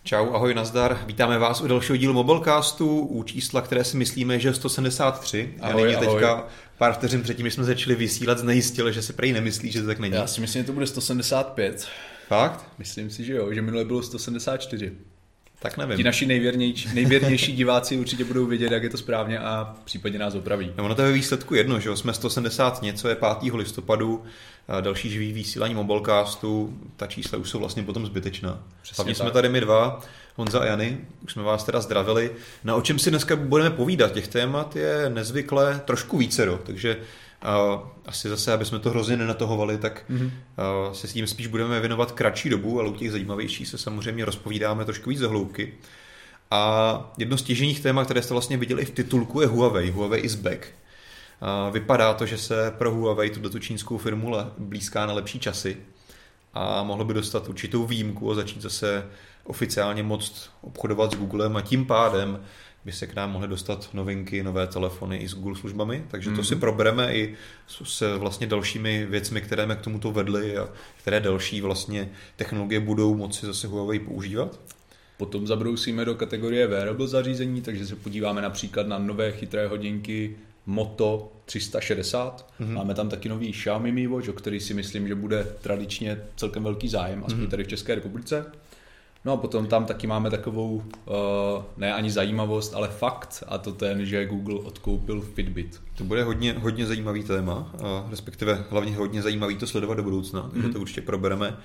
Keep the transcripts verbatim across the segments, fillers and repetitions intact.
Čau, ahoj, nazdar. Vítáme vás u dalšího dílu Mobilecastu, u čísla, které si myslíme, že je sto sedmdesát tři. Ahoj, a nyní ahoj. teďka pár vteřin předtím, než jsme začali vysílat, znejistili, že si prej nemyslí, že to tak není. Já si myslím, že to bude sto sedmdesát pět. Fakt? Myslím si, že jo, že minule bylo sto sedmdesát čtyři. Tak nevím. Ti naši nejvěrnější, nejvěrnější diváci určitě budou vědět, jak je to správně a případně nás opraví. No, ono to je ve výsledku jedno, že jo? Jsme sto sedmdesát něco, je pátého listopadu, další živý vysílání Mobilecastu, ta čísla už jsou vlastně potom zbytečná. Hlavně jsme tady my dva, Honza a Jany, už jsme vás teda zdravili. Na o čem si dneska budeme povídat? Těch témat je nezvykle trošku vícero, takže uh, asi zase, aby jsme to hrozně nenatahovali, tak mm-hmm. uh, se s tím spíš budeme věnovat kratší dobu, ale u těch zajímavějších se samozřejmě rozpovídáme trošku víc do hloubky. A jedno z těžních témat, které jste vlastně viděli i v titulku, je Huawei. Huawei is back. Uh, vypadá to, že se pro Huawei, tuto čínskou firmu, blízká na lepší časy a mohlo by dostat určitou výjimku a začít zase oficiálně moct obchodovat s Googlem a tím pádem by se k nám mohly dostat novinky, nové telefony i s Google službami, takže to mm-hmm. si probereme i s vlastně dalšími věcmi, které mě k tomuto vedly a které další vlastně technologie budou moci zase Huawei používat. Potom zabrousíme do kategorie wearable zařízení, takže se podíváme například na nové chytré hodinky Moto tři sta šedesát. Mm-hmm. Máme tam taky nový Xiaomi Mi Watch, o který si myslím, že bude tradičně celkem velký zájem, aspoň mm-hmm. tady v České republice. No a potom tam taky máme takovou, uh, ne ani zajímavost, ale fakt, a to ten, že Google odkoupil Fitbit. To bude hodně, hodně zajímavý téma, a respektive hlavně hodně zajímavý to sledovat do budoucna, takže mm-hmm. to určitě probereme.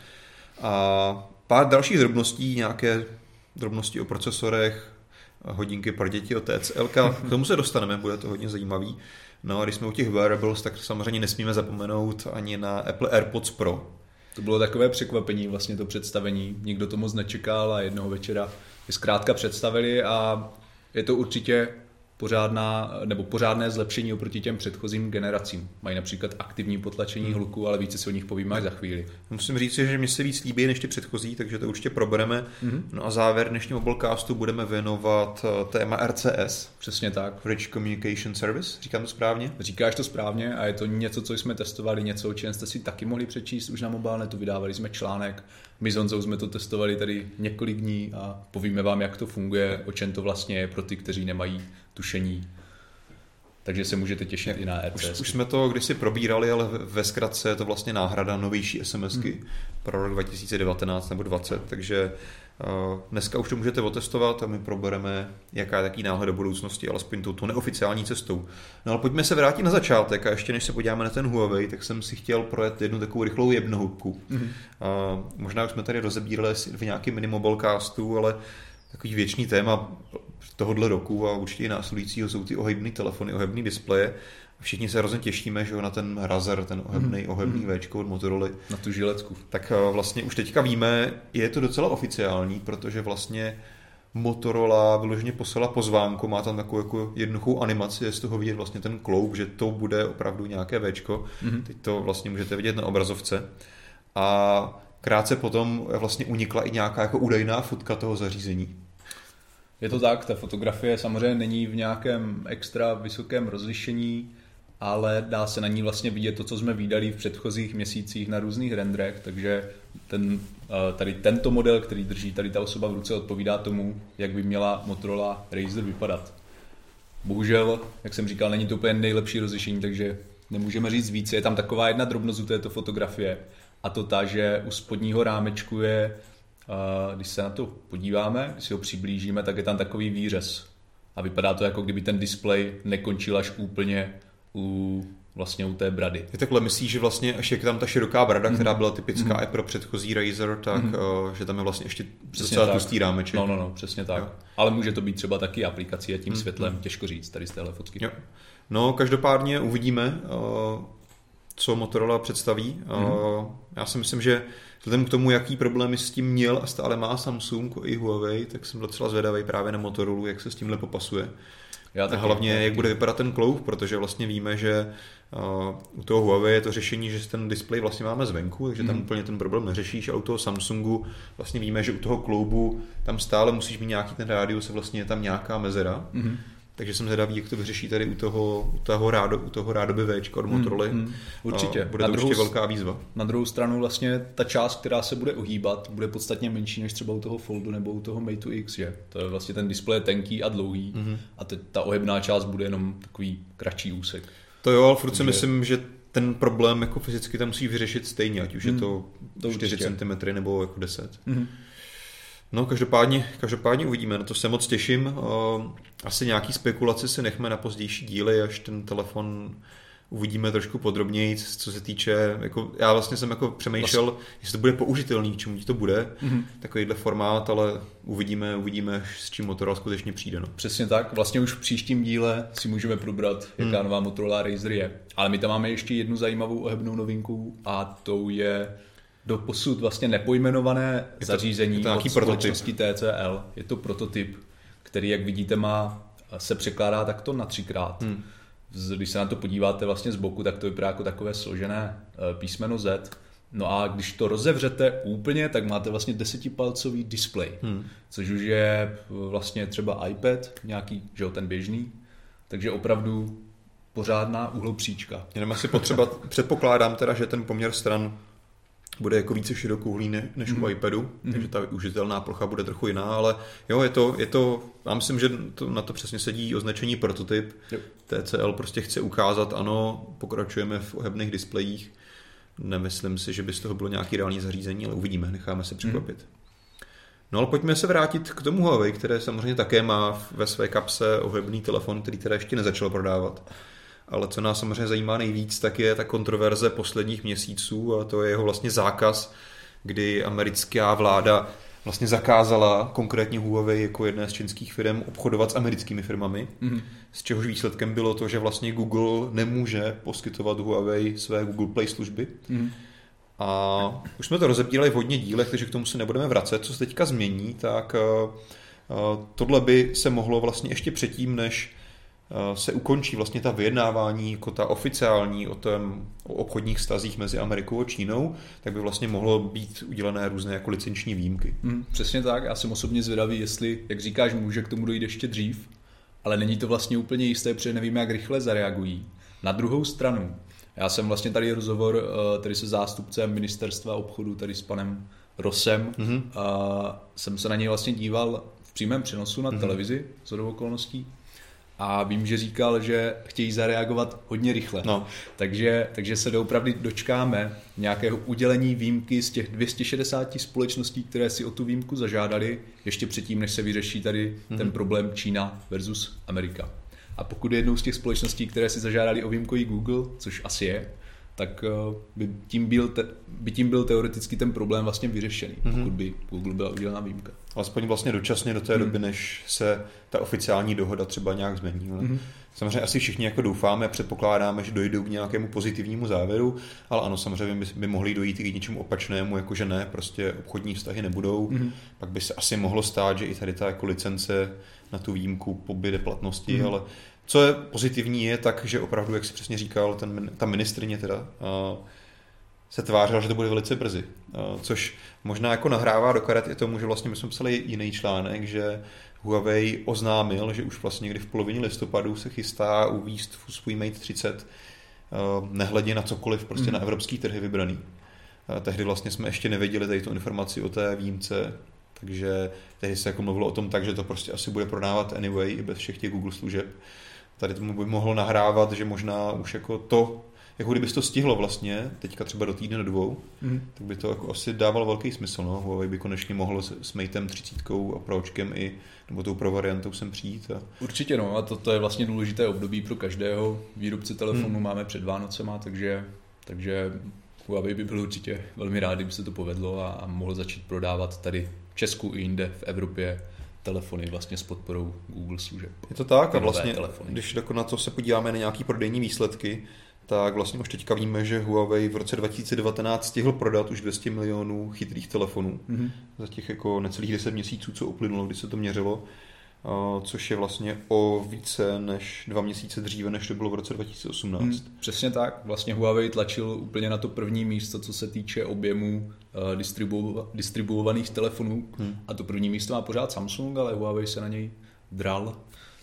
A pár dalších drobností, nějaké drobnosti o procesorech, hodinky pro děti od T C L. K tomu se dostaneme, bude to hodně zajímavý. No a když jsme u těch wearables, tak samozřejmě nesmíme zapomenout ani na Apple AirPods Pro. To bylo takové překvapení, vlastně to představení. Nikdo to moc nečekal a jednoho večera je zkrátka představili a je to určitě pořádná, nebo pořádné zlepšení oproti těm předchozím generacím. Mají například aktivní potlačení hluku, ale více si o nich povíme až za chvíli. Musím říct, že mě se víc líbí než ty předchozí, takže to určitě probereme. Mm-hmm. No a závěr dnešního Mobilecastu budeme věnovat téma R C S. Přesně tak. Rich Communication Service, říkám to správně? Říkáš to správně a je to něco, co jsme testovali, něco, o čem jste si taky mohli přečíst už na Mobilnetu, vydávali jsme článek. My s Honzou jsme to testovali tady několik dní a povíme vám, jak to funguje, o čem to vlastně je pro ty, kteří nemají tušení. Takže se můžete těšit i na R C S. Už, už jsme to kdysi probírali, ale ve zkratce je to vlastně náhrada novější SMSky hmm. pro rok dva tisíce devatenáct nebo dvacet, takže uh, dneska už to můžete otestovat a my probereme, jaká je taký náhled do budoucnosti, alespoň touto neoficiální cestou. No ale pojďme se vrátit na začátek a ještě než se podíváme na ten Huawei, tak jsem si chtěl projet jednu takovou rychlou jebnohubku. Hmm. Uh, možná už jsme tady rozebírali v nějakém mini Mobilecastu, ale takový věčný téma tohohle roku a určitě i následujícího jsou ty ohebný telefony, ohebný displeje. Všichni se hrozně těšíme, že jo, na ten Razer, ten ohebný, mm. ohebný Včko od Motorola. Na tu žiletku. Tak vlastně už teďka víme, je to docela oficiální, protože vlastně Motorola vyloženě poslala pozvánku, má tam takovou jako jednoduchou animaci, je z toho vidět vlastně ten kloub, že to bude opravdu nějaké Včko. Mm. Teď to vlastně můžete vidět na obrazovce. A krátce potom vlastně unikla i nějaká jako údajná fotka toho zařízení. Je to tak, ta fotografie samozřejmě není v nějakém extra vysokém rozlišení, ale dá se na ní vlastně vidět to, co jsme viděli v předchozích měsících na různých renderech, takže ten, tady tento model, který drží tady ta osoba v ruce, odpovídá tomu, jak by měla Motorola Razr vypadat. Bohužel, jak jsem říkal, není to úplně nejlepší rozlišení, takže nemůžeme říct více. Je tam taková jedna drobnost u této fotografie, a to ta, že u spodního rámečku je, když se na to podíváme, když si ho přiblížíme, tak je tam takový výřez. A vypadá to, jako kdyby ten displej nekončil až úplně u, vlastně u té brady. Je takhle, myslíš, že vlastně až je tam ta široká brada, mm-hmm. která byla typická mm-hmm. i pro předchozí Razer, tak mm-hmm. že tam je vlastně ještě docela tlustý rámeček. No, no, no, přesně tak. Jo. Ale může to být třeba taky aplikací a tím mm-hmm. světlem, těžko říct tady z téhle fotky. Jo. No, každopádně uvidíme, co Motorola představí. Mm-hmm. Já si myslím, že vzhledem k tomu, jaký problémy s tím měl a stále má Samsung i Huawei, tak jsem docela zvědavý právě na Motorola, jak se s tímhle popasuje. Já taky, a hlavně, jak taky. bude vypadat ten kloub, protože vlastně víme, že uh, u toho Huawei je to řešení, že ten displej vlastně máme zvenku, takže tam mm. úplně ten problém neřešíš, a u toho Samsungu vlastně víme, že u toho kloubu tam stále musíš mít nějaký ten rádius a vlastně je tam nějaká mezera. Mm. takže jsem zvědavý, jak to vyřeší tady u toho, u toho, rádo, u toho rádoby Včka od Motorola. Hmm, hmm, určitě. Bude to určitě velká výzva. Na druhou stranu vlastně ta část, která se bude ohýbat, bude podstatně menší než třeba u toho Foldu nebo u toho Mate two X, že? To je vlastně ten displej je tenký a dlouhý hmm. a te, ta ohebná část bude jenom takový kratší úsek. To jo, ale furt si myslím, že ten problém jako fyzicky tam musí vyřešit stejně, ať už hmm. je to, to čtyři centimetry nebo jako deset. Hmm. No, každopádně, každopádně uvidíme, na to se moc těším. Asi nějaký spekulace si nechme na pozdější díly, až ten telefon uvidíme trošku podrobněji, co se týče, jako, já vlastně jsem jako přemýšlel, vlastně. jestli to bude použitelný, k čemu to bude, mm-hmm. takovýhle formát, ale uvidíme, uvidíme, s čím Motorola skutečně přijde. No. Přesně tak, vlastně už v příštím díle si můžeme probrat, jaká mm. nová Motorola Razr je. Ale my tam máme ještě jednu zajímavou ohebnou novinku a to je doposud vlastně nepojmenované je to, zařízení je to od společnosti T C L. Je to prototyp, který, jak vidíte, má, se překládá takto na třikrát. Hmm. Když se na to podíváte vlastně z boku, tak to vypadá jako takové složené písmeno Z. No a když to rozevřete úplně, tak máte vlastně desetipalcový displej, hmm. což už je vlastně třeba iPad, nějaký, že jo, ten běžný. Takže opravdu pořádná uhlopříčka. Jenom asi potřeba, předpokládám teda, že ten poměr stran bude jako více širokouhlý než mm. u iPadu, mm. takže ta užitelná plocha bude trochu jiná, ale jo, je to, je to já myslím, že to, na to přesně sedí označení prototyp. Yep. T C L prostě chce ukázat, ano, pokračujeme v ohebných displejích. Nemyslím si, že by z toho bylo nějaký reální zařízení, ale uvidíme, necháme se překvapit. Mm. No ale pojďme se vrátit k tomu Huawei, které samozřejmě také má ve své kapse ohebný telefon, který teda ještě nezačal prodávat. Ale co nás samozřejmě zajímá nejvíc, tak je ta kontroverze posledních měsíců a to je jeho vlastně zákaz, kdy americká vláda vlastně zakázala konkrétně Huawei jako jedné z čínských firm obchodovat s americkými firmami, mm-hmm. z čehož výsledkem bylo to, že vlastně Google nemůže poskytovat Huawei své Google Play služby. Mm-hmm. A už jsme to rozebírali v hodně dílech, takže k tomu se nebudeme vracet. Co se teďka změní, tak uh, uh, tohle by se mohlo vlastně ještě předtím, než se ukončí vlastně ta vyjednávání, jako ta oficiální o, tom, o obchodních vztazích mezi Amerikou a Čínou, tak by vlastně mohlo být udělené různé jako licenční výjimky. Hmm, přesně tak, já jsem osobně zvědavý, jestli, jak říkáš, může k tomu dojít ještě dřív, ale není to vlastně úplně jisté, protože nevíme, jak rychle zareagují. Na druhou stranu, já jsem vlastně tady rozhovor tady se zástupcem ministerstva obchodu, tady s panem Rosem, mm-hmm. a jsem se na něj vlastně díval v přímém přenosu na mm-hmm. televizi, shodou okolností. A vím, že říkal, že chtějí zareagovat hodně rychle. No. Takže, takže se doopravdy dočkáme nějakého udělení výjimky z těch dvě stě šedesát společností, které si o tu výjimku zažádali, ještě předtím, než se vyřeší tady mm-hmm. ten problém Čína versus Amerika. A pokud je jednou z těch společností, které si zažádali o výjimku i Google, což asi je, tak by tím byl, te, by tím byl teoreticky ten problém vlastně vyřešený, mm-hmm. pokud by Google byla udělená výjimka. Alespoň vlastně dočasně do té mm. doby, než se ta oficiální dohoda třeba nějak změní. Mm-hmm. Samozřejmě asi všichni jako doufáme a předpokládáme, že dojdou k nějakému pozitivnímu závěru, ale ano, samozřejmě by, by mohli dojít i k něčemu opačnému, jakože ne, prostě obchodní vztahy nebudou. Mm-hmm. Pak by se asi mohlo stát, že i tady ta jako licence na tu výjimku pobyde platnosti, mm-hmm. ale co je pozitivní je tak, že opravdu, jak jsi přesně říkal, ten, ta ministryně teda uh, se tvářila, že to bude velice brzy. Uh, což možná jako nahrává do karet i tomu, že vlastně my jsme psali jiný článek, že Huawei oznámil, že už vlastně někdy v polovině listopadu se chystá uvést svůj Mate třicet, uh, nehledě na cokoliv, prostě mm. na evropský trhy vybraný. Uh, tehdy vlastně jsme ještě nevěděli tady tu informaci o té výjimce, takže tehdy se jako mluvilo o tom tak, že to prostě asi bude prodávat anyway i bez všech těch Google služeb. Tady tomu by mohlo nahrávat, že možná už jako to, jako kdyby to stihlo vlastně, teďka třeba do týdne, do dvou, mm. tak by to jako asi dávalo velký smysl. No? Huawei by konečně mohlo s, s Matem třicet a Pročkem i, nebo tou pro variantou sem přijít. A... Určitě no, a to, to je vlastně důležité období pro každého výrobce telefonu, mm. máme před Vánocema, takže, takže Huawei by byl určitě velmi rád, kdyby se to povedlo a, a mohl začít prodávat tady v Česku i jinde v Evropě telefony vlastně s podporou Google služeb. Je to tak a vlastně, když na to se podíváme na nějaký prodejní výsledky, tak vlastně už teďka víme, že Huawei v roce dva tisíce devatenáct stihl prodat už dvě stě milionů chytrých telefonů mm-hmm. za těch jako necelých deset měsíců, co uplynulo, kdy se to měřilo, což je vlastně o více než dva měsíce dříve, než to bylo v roce dva tisíce osmnáct. Hmm, přesně tak. Vlastně Huawei tlačil úplně na to první místo, co se týče objemu distribu- distribuovaných telefonů. Hmm. A to první místo má pořád Samsung, ale Huawei se na něj dral.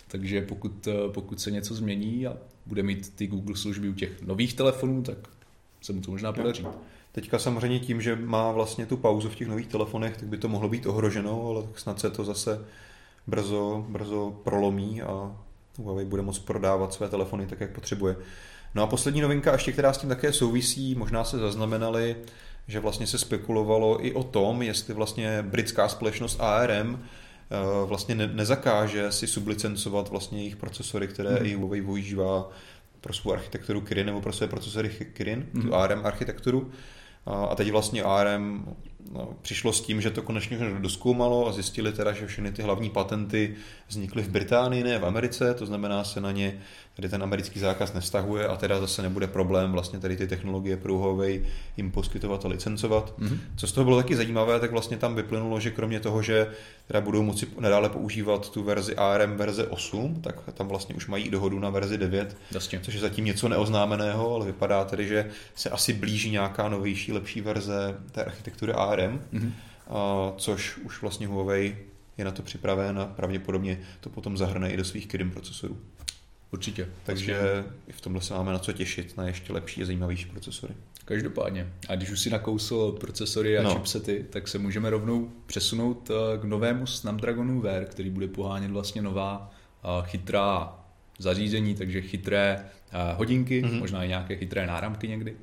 takže pokud, pokud se něco změní a bude mít ty Google služby u těch nových telefonů, tak se mu to možná podaří. Teďka samozřejmě tím, že má vlastně tu pauzu v těch nových telefonech, tak by to mohlo být ohroženo, ale snad se to zase brzo, brzo prolomí a Huawei bude moct prodávat své telefony tak, jak potřebuje. No a poslední novinka, ještě která s tím také souvisí, možná se zaznamenali, že vlastně se spekulovalo i o tom, jestli vlastně britská společnost A R M vlastně nezakáže si sublicencovat vlastně jejich procesory, které mm. i Huawei využívá pro svou architekturu Kirin nebo pro své procesory Kirin, mm. tu A R M architekturu. A teď vlastně A R M no, přišlo s tím, že to konečně dozkoumalo a zjistili teda, že všechny ty hlavní patenty vznikly v Británii, ne v Americe, to znamená, se na ně tady ten americký zákaz nevztahuje a teda zase nebude problém vlastně tady ty technologie pro Huawei jim poskytovat a licencovat. Mm-hmm. Co z toho bylo taky zajímavé, tak vlastně tam vyplynulo, že kromě toho, že teda budou moci nadále používat tu verzi A R M verze osm, tak tam vlastně už mají i dohodu na verzi devět, Jasně. což je zatím něco neoznámeného, ale vypadá tedy, že se asi blíží nějaká novější, lepší verze té architektury A R M, mm-hmm. a což už vlastně Huawei je na to připraven a pravděpodobně to potom zahrne i do svých Kirin procesorů. Určitě. Takže i v tomhle se máme na co těšit, na ještě lepší a zajímavější procesory. Každopádně. A když už si nakousl procesory a no. chipsety, tak se můžeme rovnou přesunout k novému Snapdragonu Wear, který bude pohánět vlastně nová chytrá zařízení, takže chytré hodinky, mm-hmm. možná i nějaké chytré náramky někdy.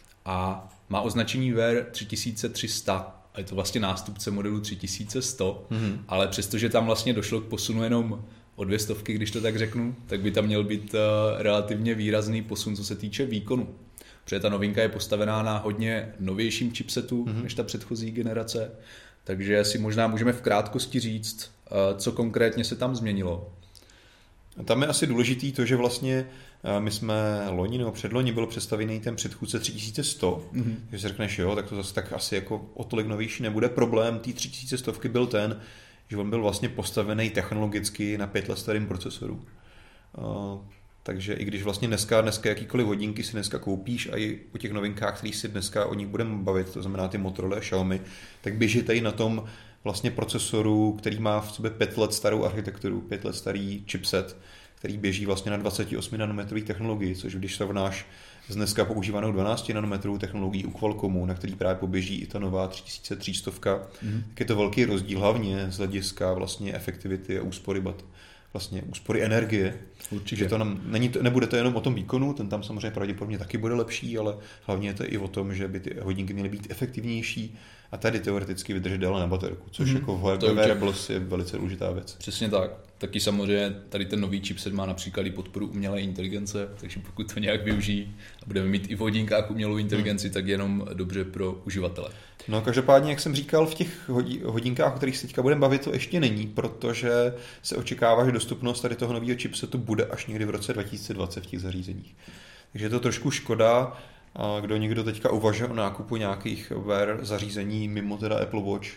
A má označení Wear tři tisíce tři sta. A je to vlastně nástupce modelu tři tisíce sto, mm-hmm. ale přestože tam vlastně došlo k posunu jenom o dvě stovky, když to tak řeknu, tak by tam měl být uh, relativně výrazný posun, co se týče výkonu. Protože ta novinka je postavená na hodně novějším chipsetu, mm-hmm. než ta předchozí generace, takže si možná můžeme v krátkosti říct, uh, co konkrétně se tam změnilo. Tam je asi důležitý to, že vlastně my jsme loni nebo předloni byl představený ten předchůdce tři tisíce sto, mm-hmm. když si řekneš jo, tak to zase tak asi jako o tolik novější nebude. Problém té tři tisíce stovky byl ten, že on byl vlastně postavený technologicky na pět let starým procesoru. Uh, takže i když vlastně dneska, dneska jakýkoliv hodinky si dneska koupíš a i o těch novinkách, kterých si dneska o nich budeme bavit, to znamená ty Motorola a Xiaomi, tak běží tady na tom vlastně procesoru, který má v sobě pět let starou architekturu, pět let starý chipset, který běží vlastně na dvacet osm nanometrových technologii, což když srovnáš s dneska používanou dvanáct nanometrovou technologií u Qualcommu, na který právě poběží i ta nová tři tisíce tři sta, mm-hmm. tak je to velký rozdíl hlavně z hlediska vlastně efektivity a úspory bat, vlastně úspory energie. Určitě. Že to nám, není to, nebude to jenom o tom výkonu, ten tam samozřejmě pravděpodobně taky bude lepší, ale hlavně je to i o tom, že by ty hodinky měly být efektivnější a tady teoreticky vydržet déle na baterku, což mm-hmm. jako v wearables je velice důležitá věc. Přesně tak. Taky samozřejmě tady ten nový chipset má například i podporu umělé inteligence, takže pokud to nějak využijí a budeme mít i v hodinkách umělou inteligenci, mm. tak jenom dobře pro uživatele. No každopádně, jak jsem říkal, v těch hodinkách, o kterých se teďka budeme bavit, to ještě není, protože se očekává, že dostupnost tady toho nového chipsetu bude až někdy v roce dva tisíce dvacet v těch zařízeních. Takže je to trošku škoda, a kdo někdo teďka uvažuje o nákupu nějakých Wear zařízení mimo teda Apple Watch,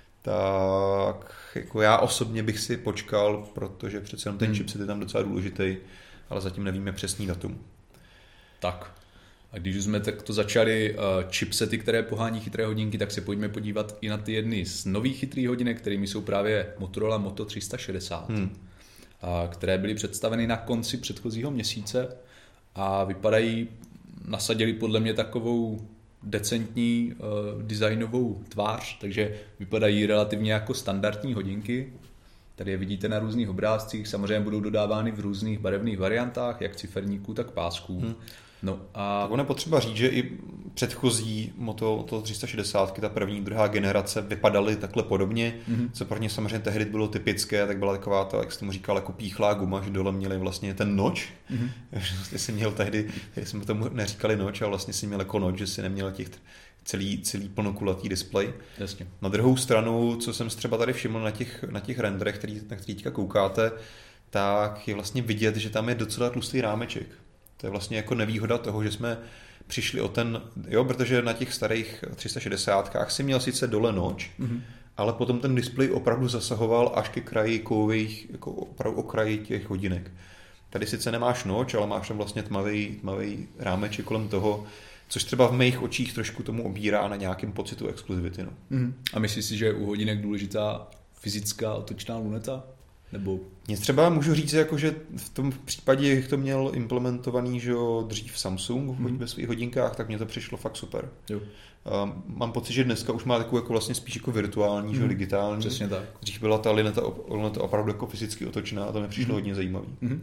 tak jako já osobně bych si počkal, protože přece jenom ten hmm. chipset je tam docela důležitý, ale zatím nevíme přesný datum. Tak. A když už jsme takto začali uh, chipsety, které pohání chytré hodinky, tak se pojďme podívat i na ty jedny z nových chytrých hodinek, kterými jsou právě Motorola Moto tři sta šedesát, hmm. a které byly představeny na konci předchozího měsíce a vypadají, nasadili podle mě takovou decentní uh, designovou tvář, takže vypadají relativně jako standardní hodinky. Tady je vidíte na různých obrázcích, samozřejmě budou dodávány v různých barevných variantách, jak ciferníků, tak pásků. Hmm. No a... Tak ono je potřeba říct, že i předchozí Moto, to tři sta šedesát, ta první, druhá generace, vypadaly takhle podobně, mm-hmm. co pro ně samozřejmě tehdy bylo typické, tak byla taková ta, jak jsem tomu říkal, jako píchlá guma, že dole měli vlastně ten noč. Mm-hmm. Vlastně si měl tehdy, tehdy jsme tomu neříkali noč, ale vlastně si měl jako noč, že si neměl těch celý, celý plnokulatý displej. Jasně. Na druhou stranu, co jsem třeba tady všiml na těch, na těch renderech, který, na který teďka koukáte, tak je vlastně vidět, že tam je docela tlustý rámeček. To je vlastně jako nevýhoda toho, že jsme přišli o ten, jo, protože na těch starých tři sta šedesátkách si měl sice dole noč, mm-hmm. ale potom ten displej opravdu zasahoval až ke kraji kovových, jako opravdu okraji těch hodinek. Tady sice nemáš noč, ale máš tam vlastně tmavý, tmavý rámeček kolem toho, což třeba v mých očích trošku tomu obírá na nějakém pocitu exkluzivity. No. Mm-hmm. A myslíš si, že je u hodinek důležitá fyzická otočná luneta? Nebo... Mně třeba můžu říct, jako, že v tom případě, jak to měl implementovaný, že jo, dřív Samsung mm. ve svých hodinkách, tak mně to přišlo fakt super. Jo. Um, mám pocit, že dneska už má takovou jako vlastně spíš jako virtuální, mm. že jo, digitální. Přesně tak. Dřív byla ta lineta, lineta opravdu jako fyzicky otočná a to mi přišlo mm. hodně zajímavý. Mm.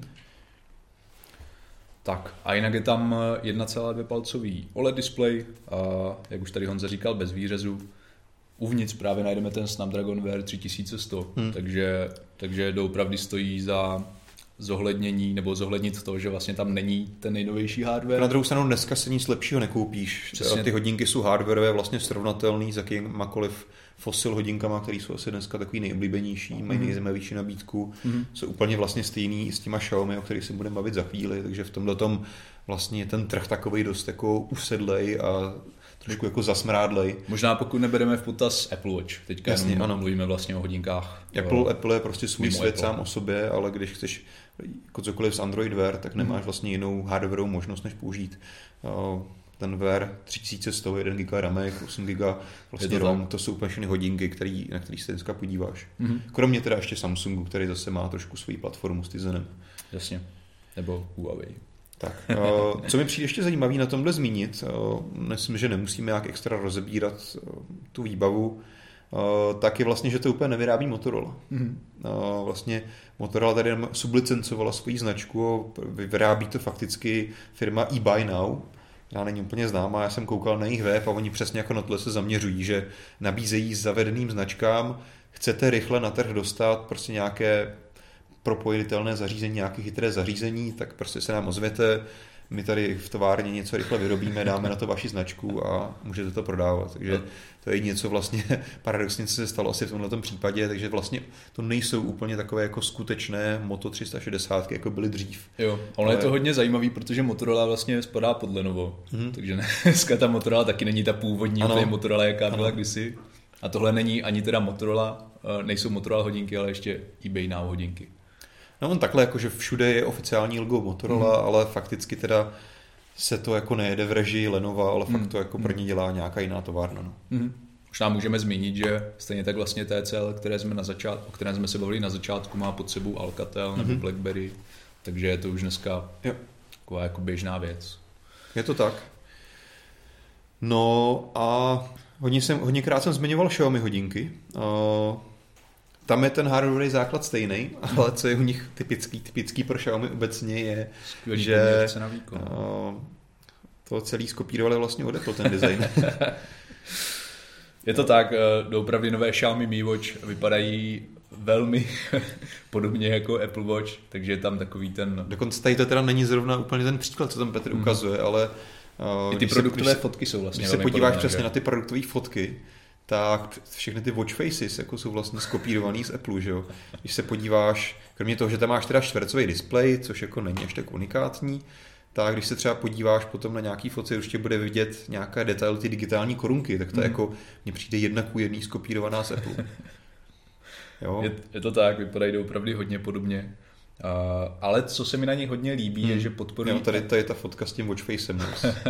Tak a jinak je tam jedna celá dvě palcový O L E D display, a jak už tady Honza říkal, bez výřezu. Uvnitř právě najdeme ten Snapdragon Wear tři tisíce sto, hmm. takže, takže doopravdy stojí za zohlednění nebo zohlednit to, že vlastně tam není ten nejnovější hardware. Na druhou stranu dneska se nic lepšího nekoupíš. Přesně. Ty hodinky jsou hardwareové vlastně srovnatelný s jakýmakoliv fosil hodinkama, které jsou asi dneska takový nejoblíbenější, mm. mají nejzajímavější nabídku, mm. jsou úplně vlastně stejný s těma Xiaomi, o kterých se budeme bavit za chvíli, takže v tomhle tom vlastně ten trh takovej dost jako usedlej a trošku jako zasmrádlej. Možná pokud nebereme v potaz Apple Watch, teďka Jasně, jenom ano. mluvíme vlastně o hodinkách. Apple, o, Apple je prostě svůj svět Apple. Sám o sobě, ale když chceš jako cokoliv z Android Wear, tak nemáš mm. vlastně jinou hardwareovou možnost, než použít ten Wear tři tisíce sto, jeden giga ramek, osm giga vlastně ROM, to jsou úplně všechny hodinky, který, na který se dneska podíváš. Mm-hmm. Kromě teda ještě Samsungu, který zase má trošku svoji platformu s Tizenem. Jasně, nebo Huawei. Tak, co mi přijde ještě zajímavý na tomhle zmínit, myslím, že nemusíme jak extra rozebírat tu výbavu, tak je vlastně, že to úplně nevyrábí Motorola. Mm-hmm. Vlastně Motorola tady sublicencovala svoji značku, vyrábí to fakticky firma eBuy Now, která není úplně známá, já jsem koukal na jejich web a oni přesně jako na tohle se zaměřují, že nabízejí zavedeným značkám, chcete rychle na trh dostat prostě nějaké propojitelné zařízení, nějaké chytré zařízení, tak prostě se nám ozvěte, my tady v továrně něco rychle vyrobíme, dáme na to vaši značku a můžete to prodávat. Takže to je něco vlastně paradoxně, co se stalo asi v tomto případě, takže vlastně to nejsou úplně takové jako skutečné Moto tři sta šedesát, jako byly dřív. Jo, ono ale... je to hodně zajímavý, protože Motorola vlastně spadá pod Lenovo, hmm. takže dneska ta Motorola taky není ta původní Motorola, jaká byla kdysi. A tohle není ani teda Motorola, nejsou Motorola hodinky, ale ještě eBay Now hodinky. No on takhle, jakože všude je oficiální logo Motorola, mm. ale fakticky teda se to jako nejede v režii Lenova, ale fakt mm. to jako pro ně dělá nějaká jiná továrna. No. Mm. Možná můžeme zmínit, že stejně tak vlastně T C L, které jsme na začátku, o kterém jsme se bavili na začátku, má pod sebou Alcatel mm. nebo BlackBerry, takže je to už dneska jo. taková jako běžná věc. Je to tak. No a hodně jsem, hodněkrát jsem zmiňoval Xiaomi hodinky. Uh, Tam je ten hardware základ stejný, ale co je u nich typický, typický pro Xiaomi obecně je, Skvělý že uh, to celý skopírovali vlastně od Apple, ten design. Je to tak, doopravdy nové Xiaomi Mi Watch vypadají velmi podobně jako Apple Watch, takže je tam takový ten... Dokonce tady to teda není zrovna úplně ten příklad, co tam Petr mm. ukazuje, ale... Uh, I ty produktové se, fotky jsou vlastně Když se podíváš podobné, přesně že? na ty produktové fotky, tak všechny ty watch faces jako jsou vlastně skopírovaný z Apple, že jo. Když se podíváš, kromě toho, že tam máš teda čtvercový displej, což jako není až tak unikátní, tak když se třeba podíváš potom na nějaký fotce, už tě bude vidět nějaké detaily, ty digitální korunky, tak to mm. jako mně přijde jedna ku jedný skopírovaná z Apple. Jo? Je, je to tak, vypadají opravdu hodně podobně. Uh, ale co se mi na nich hodně líbí, hmm. je, že podporují... Jo, tady, tady je ta fotka s tím watchfacem.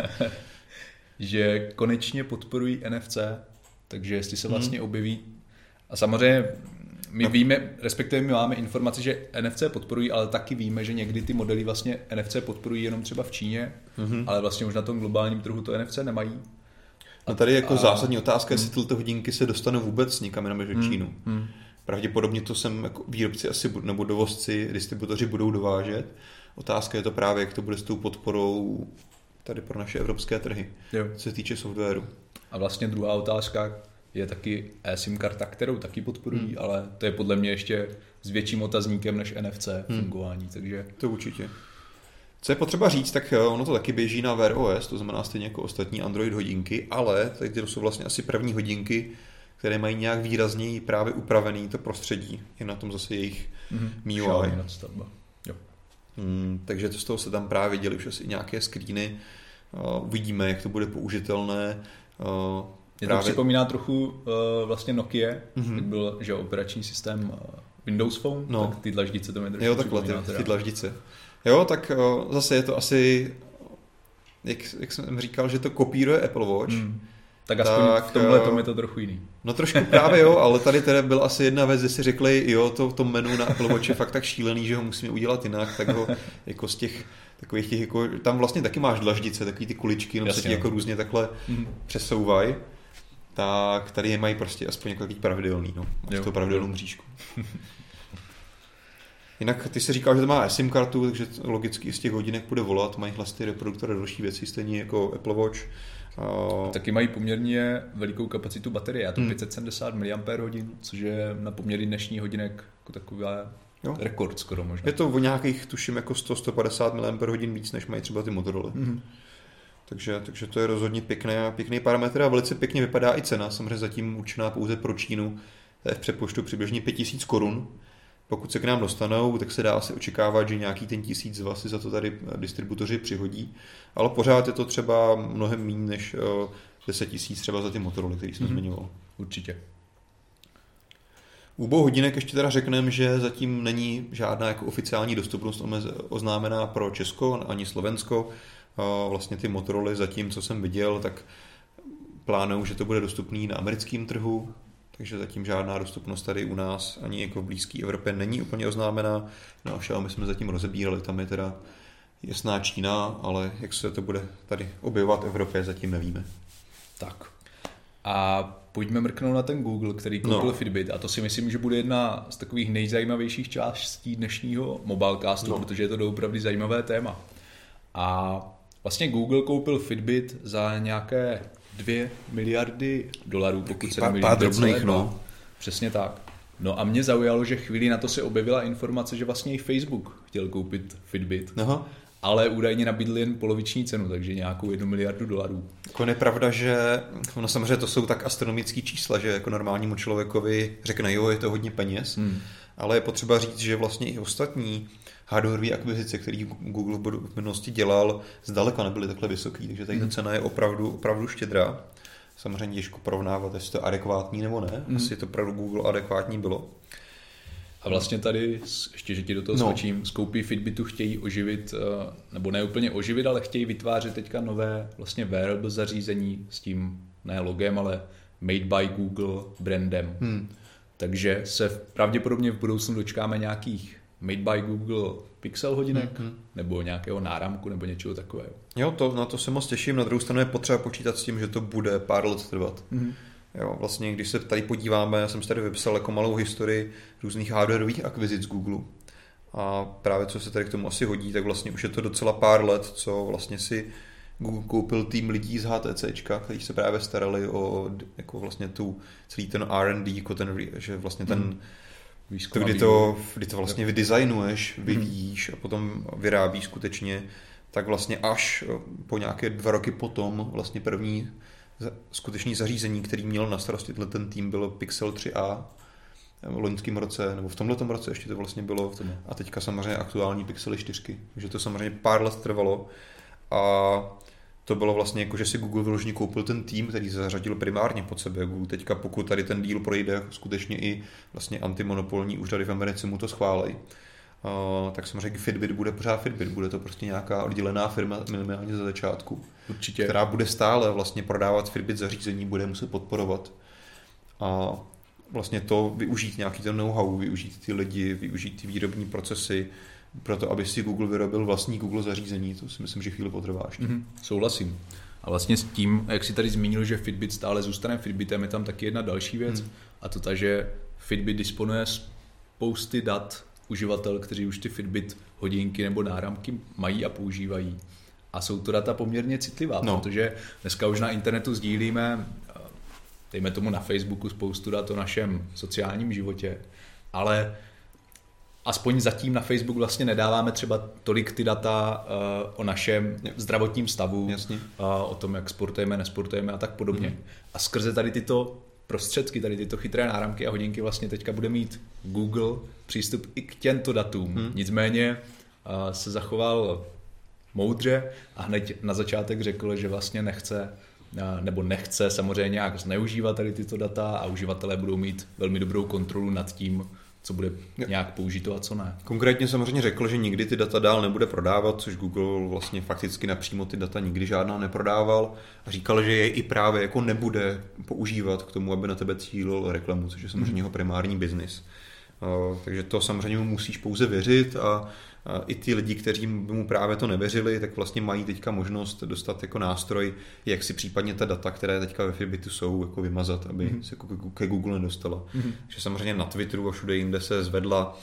Že konečně podporují N F C, takže jestli se vlastně hmm. objeví... A samozřejmě my no. víme, respektive my máme informaci, že N F C podporují, ale taky víme, že někdy ty modely vlastně N F C podporují jenom třeba v Číně, hmm. ale vlastně už na tom globálním trhu to N F C nemají. A tady jako a... zásadní otázka, jestli tyto hodinky se dostanou vůbec nikam jenom do Čínu. Hmm. Hmm. Pravděpodobně to sem jako výrobci asi nebo dovozci, distributoři budou dovážet. Otázka je to právě, jak to bude s tou podporou tady pro naše evropské trhy, jo. co se týče softwaru. A vlastně druhá otázka je taky eSIM karta, kterou taky podporují, hmm. ale to je podle mě ještě s větším otazníkem než N F C hmm. fungování. Takže... To určitě. Co je potřeba říct, tak ono to taky běží na Wear O S, to znamená stejně jako ostatní Android hodinky, ale tady to jsou vlastně asi první hodinky, které mají nějak výrazněji právě upravený to prostředí. Je na tom zase jejich mm-hmm. M I U I. Jo. Hmm, takže to z toho se tam právě dělí už asi nějaké screeny. Uh, uvidíme, jak to bude použitelné. Uh, Mě právě... to připomíná trochu uh, vlastně Nokia, mm-hmm. jak byl že operační systém uh, Windows Phone, no. tak ty dlaždice to mi trošku Jo, takhle, ty, ty dlaždice. Jo, tak uh, zase je to asi, jak, jak jsem říkal, že to kopíruje Apple Watch, mm. Tak aspoň tak, v tomhle tom je to trochu jiný. No trošku právě jo, ale tady teda byl asi jedna věc, že si řekli, jo, to, to menu na Apple Watch je fakt tak šílený, že ho musíme udělat jinak, tak ho jako z těch takových těch, jako, tam vlastně taky máš dlaždice, takový ty kuličky, jenom se ti jako různě takhle mm. přesouvají, tak tady je mají prostě aspoň jako takový pravidelný, no, máš to pravidelnou mřížku. Jinak ty si říkal, že to má eSIM kartu, takže logicky z těch hodinek bude volat, mají hlasy, reproduktory, další věci, stejně jako Apple Watch. Uh... Taky mají poměrně velikou kapacitu baterie, a to hmm. pět set sedmdesát miliampérhodin, což je na poměry dnešní hodinek jako takový rekord skoro možná. Je to o nějakých, tuším, jako sto až sto padesát miliampérhodin víc, než mají třeba ty Motorola. Hmm. Takže, takže to je rozhodně pěkné, pěkný parametr a velice pěkně vypadá i cena, samozřejmě zatím určená pouze pro Čínu, to je v přepočtu přibližně pět tisíc korun. Pokud se k nám dostanou, tak se dá asi očekávat, že nějaký ten tisíc dva si za to tady distributoři přihodí, ale pořád je to třeba mnohem méně než deset tisíc třeba za ty Motorola, který jsem mm-hmm. zmiňoval. Určitě. U obou hodinek ještě teda řekneme, že zatím není žádná jako oficiální dostupnost oznámená pro Česko ani Slovensko. Vlastně ty Motorola zatím, co jsem viděl, tak plánují, že to bude dostupný na americkém trhu, takže zatím žádná dostupnost tady u nás ani jako v blízké Evropě není úplně oznámená. No a Xiaomi jsme zatím rozebírali, tam je teda jasná Čína, ale jak se to bude tady objevovat v Evropě, zatím nevíme. Tak. A pojďme mrknout na ten Google, který koupil no. Fitbit, a to si myslím, že bude jedna z takových nejzajímavějších částí dnešního Mobilecastu, no. protože je to doopravdy zajímavé téma. A vlastně Google koupil Fitbit za nějaké dvě miliardy dolarů, pokud se nemýlím. Pár drobných, no. Přesně tak. No a mě zaujalo, že chvíli na to se objevila informace, že vlastně i Facebook chtěl koupit Fitbit. Aha. Ale údajně nabídl jen poloviční cenu, takže nějakou jednu miliardu dolarů. Jako je pravda, že no samozřejmě to jsou tak astronomické čísla, že jako normálnímu člověkovi řekne, jo, je to hodně peněz, hmm. ale je potřeba říct, že vlastně i ostatní hardwareové akvizice, které Google v minulosti dělal, zdaleka nebyly takhle vysoký, takže tady ta cena je opravdu, opravdu štědrá. Samozřejmě těžko porovnávat, jestli to adekvátní nebo ne. Mm. Asi to opravdu Google adekvátní bylo. A vlastně tady, ještě že ti do toho no. skočím, z koupí Fitbitu chtějí oživit, nebo ne úplně oživit, ale chtějí vytvářet teďka nové vlastně wearable zařízení s tím ne logem, ale Made by Google brandem. Hmm. Takže se pravděpodobně v budoucnu dočkáme nějakých Made by Google Pixel hodinek, mm-hmm. nebo nějakého náramku, nebo něčeho takového. Jo, to, na to se moc těším. Na druhou stranu je potřeba počítat s tím, že to bude pár let trvat. Mm-hmm. Jo, vlastně, když se tady podíváme, já jsem si tady vypsal jako malou historii různých hardwareových akvizic Google. A právě co se tady k tomu asi hodí, tak vlastně už je to docela pár let, co vlastně si Google koupil tým lidí z HTCčka, kteří se právě starali o jako vlastně tu, celý ten R and D, jako ten, že vlastně ten mm. To, kdy, to, kdy to vlastně vydesignuješ, vyvíjíš a potom vyrábíš skutečně, tak vlastně až po nějaké dva roky potom vlastně první skutečný zařízení, který měl na starosti ten tým, bylo Pixel tři a v loňském roce, nebo v tomhletom roce ještě to vlastně bylo a teďka samozřejmě aktuální Pixely čtyři. Takže to samozřejmě pár let trvalo a to bylo vlastně jako, že si Google vyloženě koupil ten tým, který se zařadil primárně pod sebe. Google teďka, pokud tady ten deal projde, skutečně i vlastně antimonopolní úřady v Americe mu to schválej. Uh, tak samozřejmě Fitbit bude pořád Fitbit, bude to prostě nějaká oddělená firma minimálně za začátku. Určitě. Která bude stále vlastně prodávat Fitbit zařízení, bude muset podporovat. A vlastně to využít nějaký ten know-how, využít ty lidi, využít ty výrobní procesy, proto aby si Google vyrobil vlastní Google zařízení, to si myslím, že chvíli potrvá ještě. Mm-hmm, souhlasím. A vlastně s tím, jak si tady zmínil, že Fitbit stále zůstane Fitbitem, je tam taky jedna další věc, mm. a to ta, že Fitbit disponuje spousty dat uživatel, kteří už ty Fitbit hodinky nebo náramky mají a používají. A jsou to data poměrně citlivá, no. protože dneska už na internetu sdílíme, dejme tomu na Facebooku, spoustu dat o našem sociálním životě, ale aspoň zatím na Facebook vlastně nedáváme třeba tolik ty data uh, o našem zdravotním stavu, uh, o tom, jak sportujeme, nesportujeme a tak podobně. Mm. A skrze tady tyto prostředky, tady tyto chytré náramky a hodinky vlastně teďka bude mít Google přístup i k těmto datům. Mm. Nicméně uh, se zachoval moudře a hned na začátek řekl, že vlastně nechce uh, nebo nechce samozřejmě nějak zneužívat tady tyto data a uživatelé budou mít velmi dobrou kontrolu nad tím, co bude nějak použito a co ne. Konkrétně samozřejmě řekl, že nikdy ty data dál nebude prodávat, což Google vlastně fakticky napřímo ty data nikdy žádná neprodával a říkal, že je i právě jako nebude používat k tomu, aby na tebe cílil reklamu, což je samozřejmě jeho primární biznis. Takže to samozřejmě mu musíš pouze věřit a i ty lidi, kteří by mu právě to nevěřili, tak vlastně mají teďka možnost dostat jako nástroj, jak si případně ta data, které teďka ve Fitbitu jsou, jako vymazat, aby mm-hmm. se ke Google nedostala. Mm-hmm. Takže samozřejmě na Twitteru a všude jinde se zvedla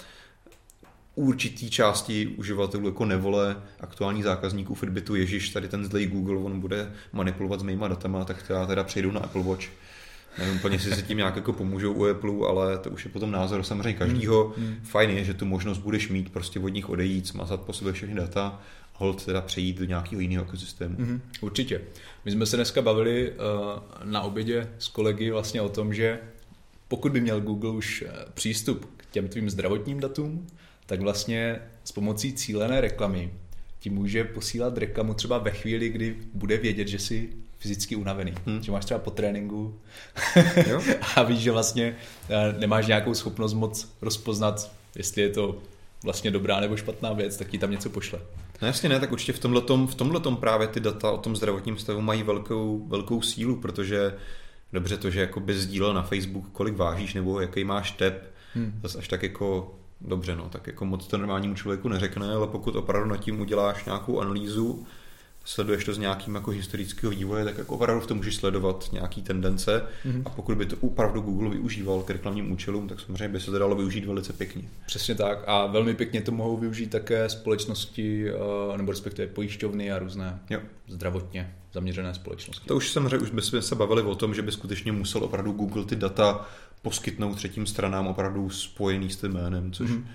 určitý části uživatelů jako nevole aktuální zákazníků Fitbitu, ježiš, tady ten zlej Google, on bude manipulovat s mýma datama, tak já teda přejdu na Apple Watch. Nevím úplně, jestli si tím nějak jako pomůžou u Apple, ale to už je potom názor samozřejmě každýho. Hmm. Fajn je, že tu možnost budeš mít prostě od nich odejít, smazat po sobě všechny data a hold teda přejít do nějakého jiného ekosystému. Hmm, určitě. My jsme se dneska bavili uh, na obědě s kolegy vlastně o tom, že pokud by měl Google už přístup k těm tvým zdravotním datům, tak vlastně s pomocí cílené reklamy ti může posílat reklamu třeba ve chvíli, kdy bude vědět, že jsi fyzicky unavený. Hmm. Že máš třeba po tréninku jo? a víš, že vlastně nemáš nějakou schopnost moc rozpoznat, jestli je to vlastně dobrá nebo špatná věc, tak ti tam něco pošle. No jasně ne, tak určitě v tomhletom, v tomhletom právě ty data o tom zdravotním stavu mají velkou, velkou sílu, protože dobře to, že jako bys sdílel na Facebook, kolik vážíš nebo jaký máš tep, hmm. zase až tak jako dobře, no, tak jako moc to normálnímu člověku neřekne, ale pokud opravdu nad tím uděláš nějakou analýzu, sleduješ to z nějakým jako historického vývoje, tak jako opravdu v tom můžeš sledovat nějaký tendence mm-hmm. a pokud by to opravdu Google využíval k reklamním účelům, tak samozřejmě by se to dalo využít velice pěkně. Přesně tak a velmi pěkně to mohou využít také společnosti nebo respektive pojišťovny a různé jo. zdravotně zaměřené společnosti. To už samozřejmě už bychom se bavili o tom, že by skutečně musel opravdu Google ty data poskytnout třetím stranám opravdu spojený s tím jménem, což mm-hmm.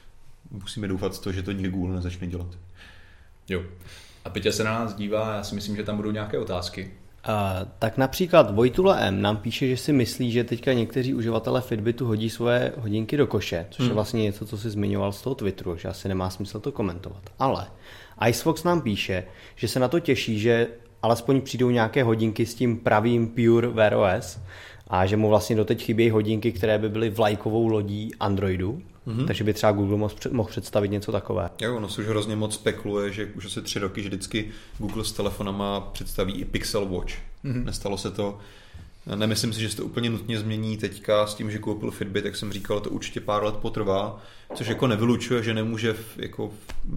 musíme doufat v to, že to nikdy Google nezačne dělat. Jo. A Peťa se na nás dívá, já si myslím, že tam budou nějaké otázky. Uh, tak například Vojtula M. nám píše, že si myslí, že teďka někteří uživatelé Fitbitu hodí svoje hodinky do koše, což hmm. je vlastně něco, co si zmiňoval z toho Twitteru, že asi nemá smysl to komentovat. Ale Icefox nám píše, že se na to těší, že alespoň přijdou nějaké hodinky s tím pravým Pure Wear O S a že mu vlastně doteď chybějí hodinky, které by byly vlajkovou lodí Androidu. Mm-hmm. Takže by třeba Google mohl představit něco takové. Jo, ono se už hrozně moc spekuluje, že už asi tři roky, že vždycky Google s telefonama představí i Pixel Watch. Mm-hmm. Nestalo se to. Nemyslím si, že se to úplně nutně změní teďka s tím, že koupil Fitbit, jak jsem říkal, to určitě pár let potrvá, což jako nevylučuje, že nemůže jako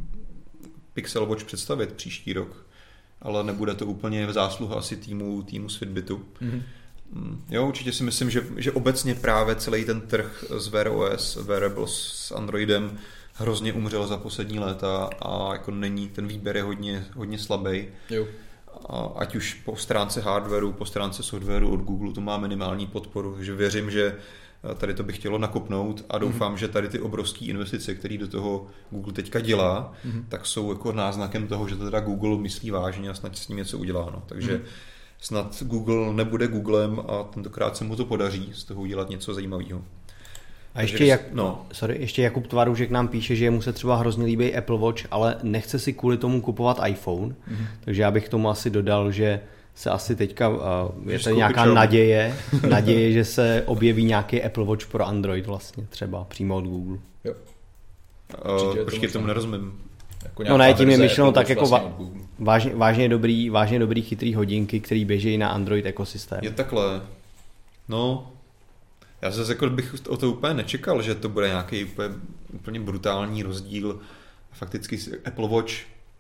Pixel Watch představit příští rok, ale nebude to úplně v zásluhu asi týmu, týmu z Fitbitu. Mm-hmm. Jo, určitě si myslím, že, že obecně právě celý ten trh s Wear O S, wearables s Androidem hrozně umřel za poslední léta a jako není, ten výběr je hodně, hodně slabý. Jo. A ať už po stránce hardwareu, po stránce softwaru od Google to má minimální podporu, takže věřím, že tady to by chtělo nakopnout a doufám, mm-hmm. že tady ty obrovské investice, které do toho Google teďka dělá, mm-hmm. tak jsou jako náznakem toho, že to teda Google myslí vážně a snad s ním něco udělá. No. Takže mm-hmm. snad Google nebude Googlem a tentokrát se mu to podaří z toho udělat něco zajímavého. A ještě, jak, no. sorry, ještě Jakub Tvaružek nám píše, že mu se třeba hrozně líbí Apple Watch, ale nechce si kvůli tomu kupovat iPhone, mm-hmm. takže já bych k tomu asi dodal, že se asi teďka, uh, je tady nějaká naděje, naděje, že se objeví nějaký Apple Watch pro Android vlastně, třeba přímo od Google. Jo. Uh, počkej, tomu nerozumím. Jako no ne, tím je myšleno tak jako vlastně va- vážně, vážně, dobrý, vážně dobrý chytrý hodinky, který běží na Android ekosystém. Je takhle. No, já zase jako bych o to úplně nečekal, že to bude nějaký úplně, úplně brutální rozdíl. Fakticky Apple Watch,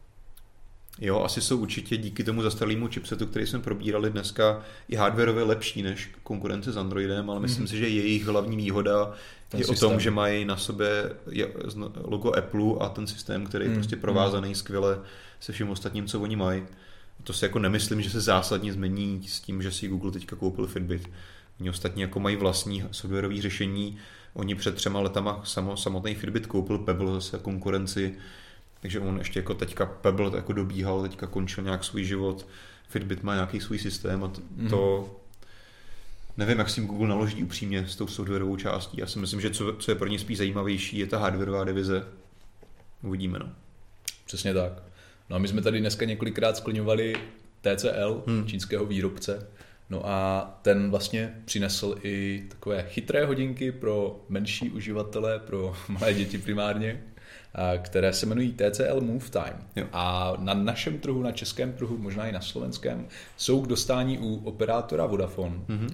jo, asi jsou určitě díky tomu zastarému chipsetu, který jsme probírali dneska, i hardwareově lepší než konkurence s Androidem, ale myslím mm-hmm. si, že jejich hlavní výhoda ten je systém. O tom, že mají na sobě logo Apple a ten systém, který je mm. prostě provázaný skvěle se vším ostatním, co oni mají. To si jako nemyslím, že se zásadně změní s tím, že si Google teďka koupil Fitbit. Oni ostatní jako mají vlastní softwarové řešení. Oni před třema letama samotný Fitbit koupil Pebble zase konkurenci, takže on ještě jako teďka Pebble jako dobíhal, teďka končil nějak svůj život. Fitbit má nějaký svůj systém a to, mm. to nevím, jak s tím Google naloží upřímně s tou softwarovou částí. Já si myslím, že co, co je pro ně spíš zajímavější, je ta hardwarová divize. Uvidíme, no. Přesně tak. No a my jsme tady dneska několikrát skloňovali T C L, hmm. čínského výrobce, No a ten vlastně přinesl i takové chytré hodinky pro menší uživatele, pro malé děti primárně, které se jmenují T C L Move Time. Jo. A na našem trhu, na českém trhu, možná i na slovenském, jsou k dostání u operátora Vodafone. Mm-hmm.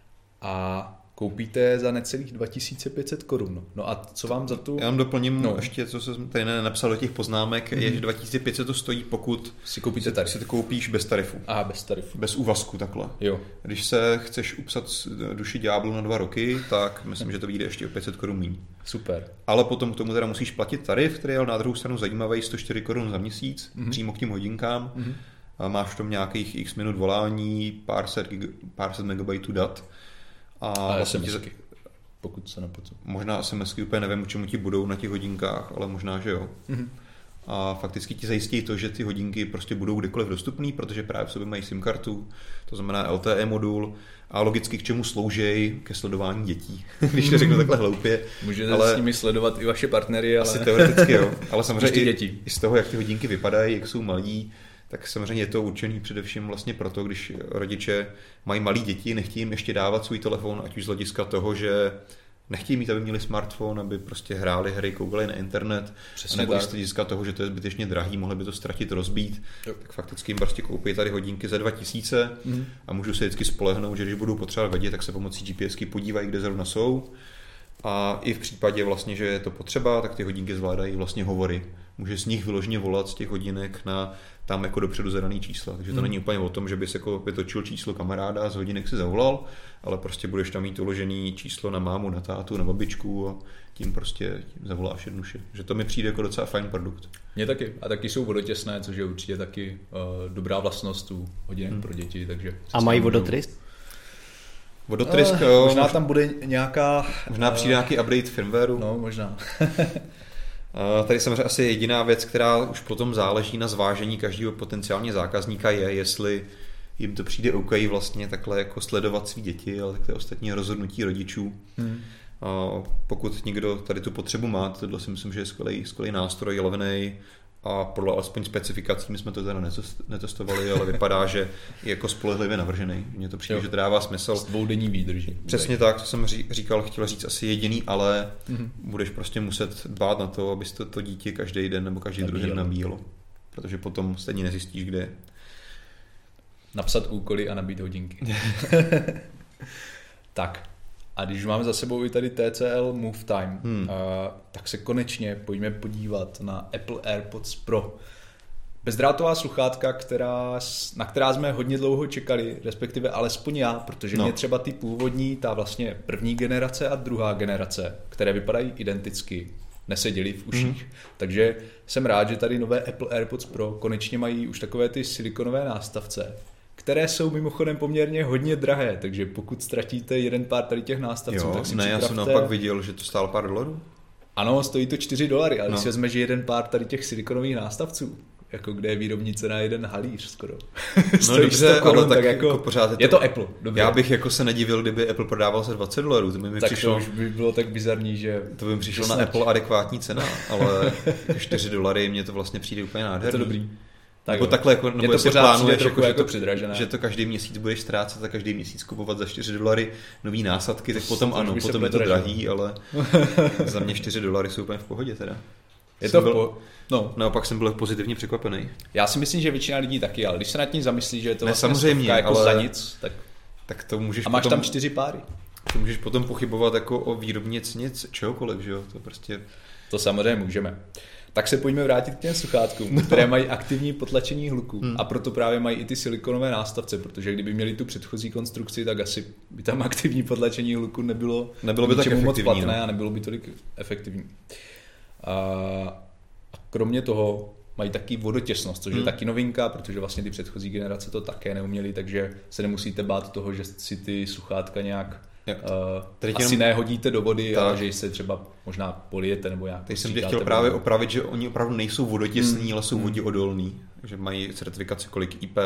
A koupíte za necelých dva tisíce pět set korun. No a co vám za tu... Já vám doplním no. ještě, co jsem tady napsal do těch poznámek, mm-hmm. je, že dva tisíce pět set to stojí, pokud si koupíte tarif. Si to koupíš bez tarifu. A bez tarifu. Bez úvazku takhle. Jo. Když se chceš upsat duši ďáblu na dva roky, tak myslím, že to vyjde ještě o pět set korun míň. Super. Ale potom k tomu teda musíš platit tarif, který je na druhou stranu zajímavý, sto čtyři korun za měsíc, mm-hmm. přímo k těm hodinkám. Mm-hmm. A máš v tom nějakých x minut volání, pár set, pár set megabajtů dat. A, a vlastně SMSky, pokud se nepotřebuje. Možná SMSky úplně nevím, čemu ti budou na těch hodinkách, ale možná, že jo. Mm-hmm. A fakticky ti zajistí to, že ty hodinky prostě budou kdykoliv dostupný, protože právě v sobě mají SIM kartu, to znamená L T E modul a logicky k čemu slouží ke sledování dětí, když to řeknu takhle hloupě. Můžete ale... s nimi sledovat i vaše partnery, ale... Asi teoreticky jo, ale samozřejmě i, děti. i z toho, jak ty hodinky vypadají, jak jsou malí, tak samozřejmě je to určený především vlastně proto, když rodiče mají malí děti, nechtějí jim ještě dávat svůj telefon, ať už z hlediska toho, že nechtějí mít, aby měli smartphone, aby prostě hráli hry, koukali na internet, přesně nebo z hlediska toho, že to je zbytečně drahý, mohli by to ztratit, rozbít, jo. Tak fakticky jim prostě koupí tady hodinky za dva tisíce mm. a můžu se vždycky spolehnout, že když budou potřebovat vědět, tak se pomocí GPSky podívají, kde zrovna jsou. A i v případě vlastně, že je to potřeba, tak ty hodinky zvládají vlastně hovory. Může z nich vyloženě volat z těch hodinek na tam jako dopředu zadaný čísla. Takže to hmm. není úplně o tom, že bys jako vytočil číslo kamaráda, z hodinek si zavolal, ale prostě budeš tam mít uložený číslo na mámu, na tátu, na babičku a tím prostě tím zavoláš jednoduše. Že to mi přijde jako docela fajn produkt. Mně taky. A taky jsou vodotěsné, což je určitě taky uh, dobrá vlastnost u hodinek hmm. pro děti. Takže a mají vodotrysk? Vodotrysk, uh, jo. Možná tam bude nějaká... Možná přijde uh, nějaký update firmwareu. No, možná. Tady samozřejmě asi jediná věc, která už potom záleží na zvážení každého potenciálního zákazníka je, jestli jim to přijde OK vlastně takhle jako sledovat svý děti, ale tak to je ostatní rozhodnutí rodičů. Hmm. Pokud někdo tady tu potřebu má, tohle si myslím, že je skvělý, skvělý nástroj, levnej a podle alespoň specifikací, my jsme to teda netestovali, ale vypadá, že je jako spolehlivě navržený. Mně to přijde, jo. Že to dává smysl. S dvoudenní výdrží. Přesně tak, co jsem říkal, chtěl říct asi jediný, ale mm-hmm. budeš prostě muset dbát na to, abys to, to dítě každý den nebo každý druhý den nabíjelo. Protože potom stejně nezjistíš, kde je. Napsat úkoly a nabít hodinky. Tak. A když máme za sebou i tady T C L Move Time, hmm. uh, tak se konečně pojďme podívat na Apple AirPods Pro. Bezdrátová sluchátka, která, na která jsme hodně dlouho čekali, respektive alespoň já, protože no. mě třeba ty původní, ta vlastně první generace a druhá generace, které vypadají identicky, neseděly v uších. Hmm. Takže jsem rád, že tady nové Apple AirPods Pro konečně mají už takové ty silikonové nástavce, které jsou mimochodem poměrně hodně drahé, takže pokud ztratíte jeden pár tady těch nástavců, jo, tak si ne, připravte... já jsem naopak viděl, že to stálo pár dolarů. Ano, stojí to čtyři dolary, ale no. Když si vezme, že jeden pár tady těch silikonových nástavců, jako kde je výrobní cena jeden halíř skoro. No dobře, korun, ale tak, tak jako, jako pořád je to, je to Apple. Dobře. Já bych jako se nedivil, kdyby Apple prodával za dvacet dolarů. To by mi tak přišlo, to už by bylo tak bizarní, že... To by mi přišlo na Apple adekvátní cena, ale čtyři dolary mně to vlastně přijde úplně nádherný. Je to dobrý. Tak nebo takhle, jako, nebo jestli plánuješ, jako, jako, že, to, že to každý měsíc budeš ztrácet a každý měsíc kupovat za čtyři dolary nový násadky, tak potom ano, potom je to drahý, ale za mě čtyři dolary jsou úplně v pohodě teda. Je to byl, po... no. Naopak jsem byl pozitivně překvapený. Já si myslím, že většina lidí taky, ale když se nad tím zamyslí, že je to ne, vlastně samozřejmě, jako ale... za nic, tak... tak to můžeš a máš potom... tam čtyři páry. To můžeš potom pochybovat jako o výrobně ceně čehokoliv, že jo? To prostě... To samozřejmě můžeme. Tak se pojďme vrátit k těm sluchátkům, no. které mají aktivní potlačení hluku hmm. a proto právě mají i ty silikonové nástavce, protože kdyby měli tu předchozí konstrukci, tak asi by tam aktivní potlačení hluku nebylo, nebylo by tak moc platné no. a nebylo by tolik efektivní. A, a kromě toho mají taky vodotěsnost, což hmm. je taky novinka, protože vlastně ty předchozí generace to také neuměly, takže se nemusíte bát toho, že si ty sluchátka nějak Uh, asi jenom... nehodíte do vody, tak. Ale že se třeba možná polijete nebo nějak. Teď jsem tě chtěl právě opravit, že oni opravdu nejsou vodotěsní, hmm. ale jsou hmm. voděodolní. Takže mají certifikaci kolik I P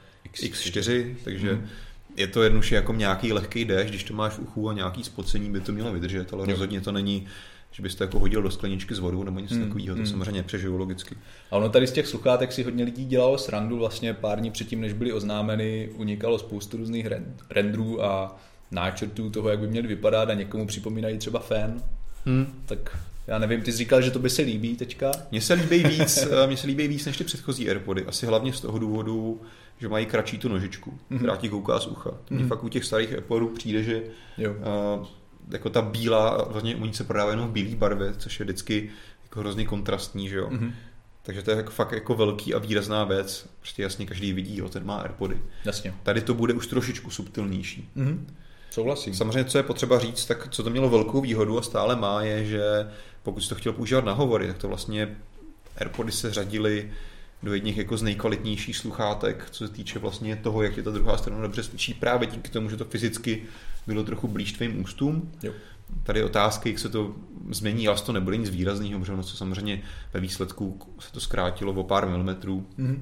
X čtyři, takže hmm. je to jednoduše jako nějaký lehký déšť, když to máš v uchu a nějaký spocení by to mělo vydržet, ale jo. Rozhodně to není že byste jako hodil do skleničky s vodou nebo něco hmm. takového, to hmm. samozřejmě nepřežiju logicky. A ono tady z těch sluchátek si hodně lidí dělalo srandu, vlastně pár dní předtím, než byly oznámeny, unikalo spoustu různých renderů a náčrtů toho, jak by měly vypadat a někomu připomínají třeba fan. Hmm. Tak já nevím, ty jsi říkal, že to by se líbí teďka? Mně se líbí víc, mně se líbí víc než ty předchozí AirPody, asi hlavně z toho důvodu, že mají kratší tu nožičku, mm-hmm. která ti kouká z ucha. Mně mm-hmm. fakt u těch starých AirPodů přijde, že jo. Uh, jako ta bílá, vlastně oni se prodávají jenom v bílé barvě, což je vždycky jako hrozně kontrastní, že jo. Mm-hmm. Takže to je jako fakt jako velký a výrazná věc. Prostě jasně každý vidí, jo, ten má AirPody. Jasně. Tady to bude už trošičku subtilnější. Mm-hmm. Souhlasím. Samozřejmě, co je potřeba říct, tak co to mělo velkou výhodu a stále má, je, že pokud jsi to chtěl používat na hovory, tak to vlastně AirPody se řadily do jedních jako z nejkvalitnějších sluchátek, co se týče vlastně toho, jak je ta druhá strana dobře slyší, právě díky tomu, že to fyzicky bylo trochu blíž tvým ústům. Jo. Tady je otázka, jak se to změní, ale to nebude nic výrazného, protože ono se samozřejmě ve výsledku se to zkrátilo o pár milimetrů. Mm-hmm.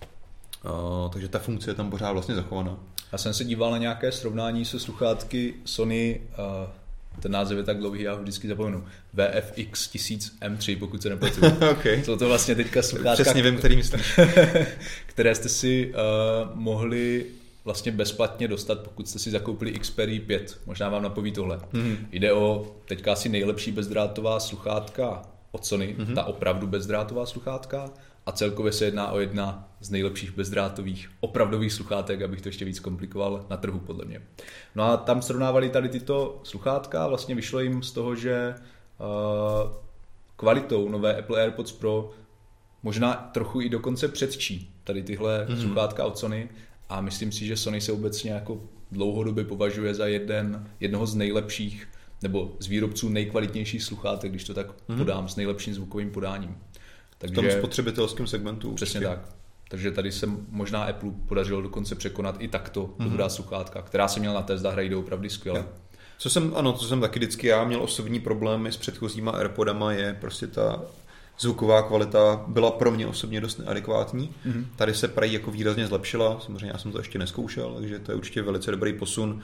Uh, takže ta funkce je tam pořád vlastně zachovaná. Já jsem se díval na nějaké srovnání se sluchátky Sony, uh, ten název je tak dlouhý, já ho vždycky zapomenu, V F X tisíc M tři, pokud se nepletu. Okay. Jsou to vlastně teďka sluchátka, přesně vím, který myslíš. které jste si uh, mohli vlastně bezplatně dostat, pokud jste si zakoupili Xperia pět. Možná vám napoví tohle. Mm-hmm. Jde o teďka asi nejlepší bezdrátová sluchátka od Sony, mm-hmm. ta opravdu bezdrátová sluchátka, a celkově se jedná o jedna z nejlepších bezdrátových opravdových sluchátek, abych to ještě víc komplikoval, na trhu podle mě. No a tam srovnávali tady tyto sluchátka, vlastně vyšlo jim z toho, že uh, kvalitou nové Apple AirPods Pro možná trochu i dokonce předčí tady tyhle mm-hmm. sluchátka od Sony, a myslím si, že Sony se obecně jako dlouhodobě považuje za jeden, jednoho z nejlepších nebo z výrobců nejkvalitnějších sluchátek, když to tak mm-hmm. podám, s nejlepším zvukovým podáním. Takže, v tom spotřebitelském segmentu. Přesně určitě. Tak. Takže tady se možná Apple podařilo dokonce překonat i takto mm-hmm. dobrá sluchátka, která se měla na Tesla, hrají opravdu skvěle. Co jsem, ano, co jsem taky vždycky já měl osobní problémy s předchozíma AirPodama, je prostě ta zvuková kvalita byla pro mě osobně dost neadekvátní. Mm-hmm. Tady se prají jako výrazně zlepšila, samozřejmě já jsem to ještě neskoušel, takže to je určitě velice dobrý posun.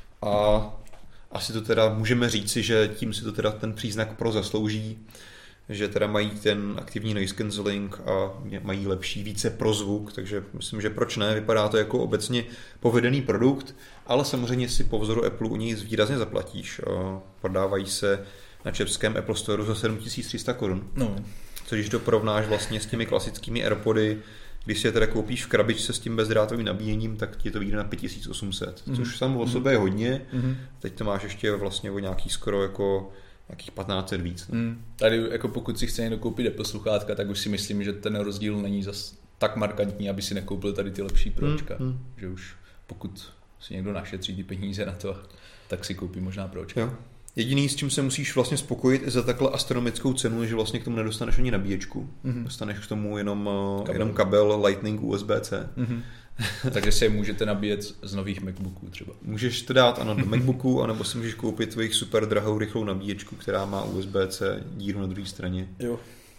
A asi to teda můžeme říci, že tím si to teda ten příznak Pro zaslouží, že teda mají ten aktivní noise cancelling a mají lepší více prozvuk, takže myslím, že proč ne, vypadá to jako obecně povedený produkt, ale samozřejmě si po vzoru Apple u něj výrazně zaplatíš. Prodávají se na českém Apple Store za sedm tisíc tři sta korun. No. Což když to porovnáš vlastně s těmi klasickými AirPody, když si je teda koupíš v krabičce s tím bezdrátovým nabíjením, tak ti to vyjde na pět tisíc osm set, mm-hmm. což samo o sobě je hodně. Mm-hmm. Teď to máš ještě vlastně o nějaký skoro jako nějakých patnáct set víc. No. Mm. Tady jako pokud si chce někdo koupit Apple sluchátka, tak už si myslím, že ten rozdíl není zas tak markantní, aby si nekoupil tady ty lepší Pročka. Mm. Že už pokud si někdo našetří ty peníze na to, tak si koupí možná Pročka. Jo. Jediný, s čím se musíš vlastně spokojit za takhle astronomickou cenu, je, že vlastně k tomu nedostaneš ani nabíječku. Mm-hmm. Dostaneš k tomu jenom kabel, jenom kabel Lightning U S B C. Mm-hmm. Takže si je můžete nabíjet z nových MacBooků třeba. Můžeš to dát ano do MacBooku, anebo si můžeš koupit tvojich super drahou rychlou nabíječku, která má U S B C díru na druhé straně. Jo.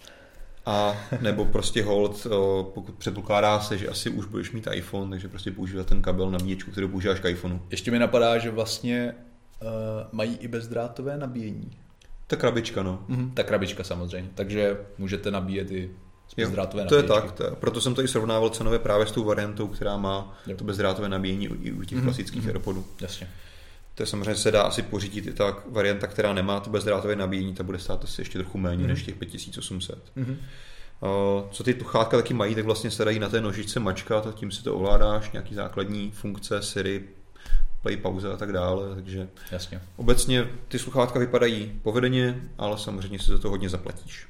A nebo prostě hold, pokud předpokládá se, že asi už budeš mít iPhone, takže prostě používat ten kabel nabíječku, který používáš k iPhoneu. Ještě mi napadá, že vlastně uh, mají i bezdrátové nabíjení. Ta krabička, no. Mm-hmm. Ta krabička samozřejmě, takže můžete nabíjet i z bezdrátové jo, to nabíječky. Je tak, to je. Proto jsem to i srovnával cenově právě s tou variantou, která má jo. to bezdrátové nabíjení i u těch mm-hmm. klasických mm-hmm. AirPodů. Jasně. To je samozřejmě se dá asi pořídit i ta varianta, která nemá to bezdrátové nabíjení, ta bude stát asi ještě trochu méně mm-hmm. než těch pět tisíc osm set. Mm-hmm. Co ty sluchátka taky mají, tak vlastně se dají na té nožičce mačkat a tím si to ovládáš, nějaký základní funkce, Siri, play, pauza a tak dále, takže jasně. Obecně ty sluchátka vypadají povedeně, ale samozřejmě si za to hodně zaplatíš.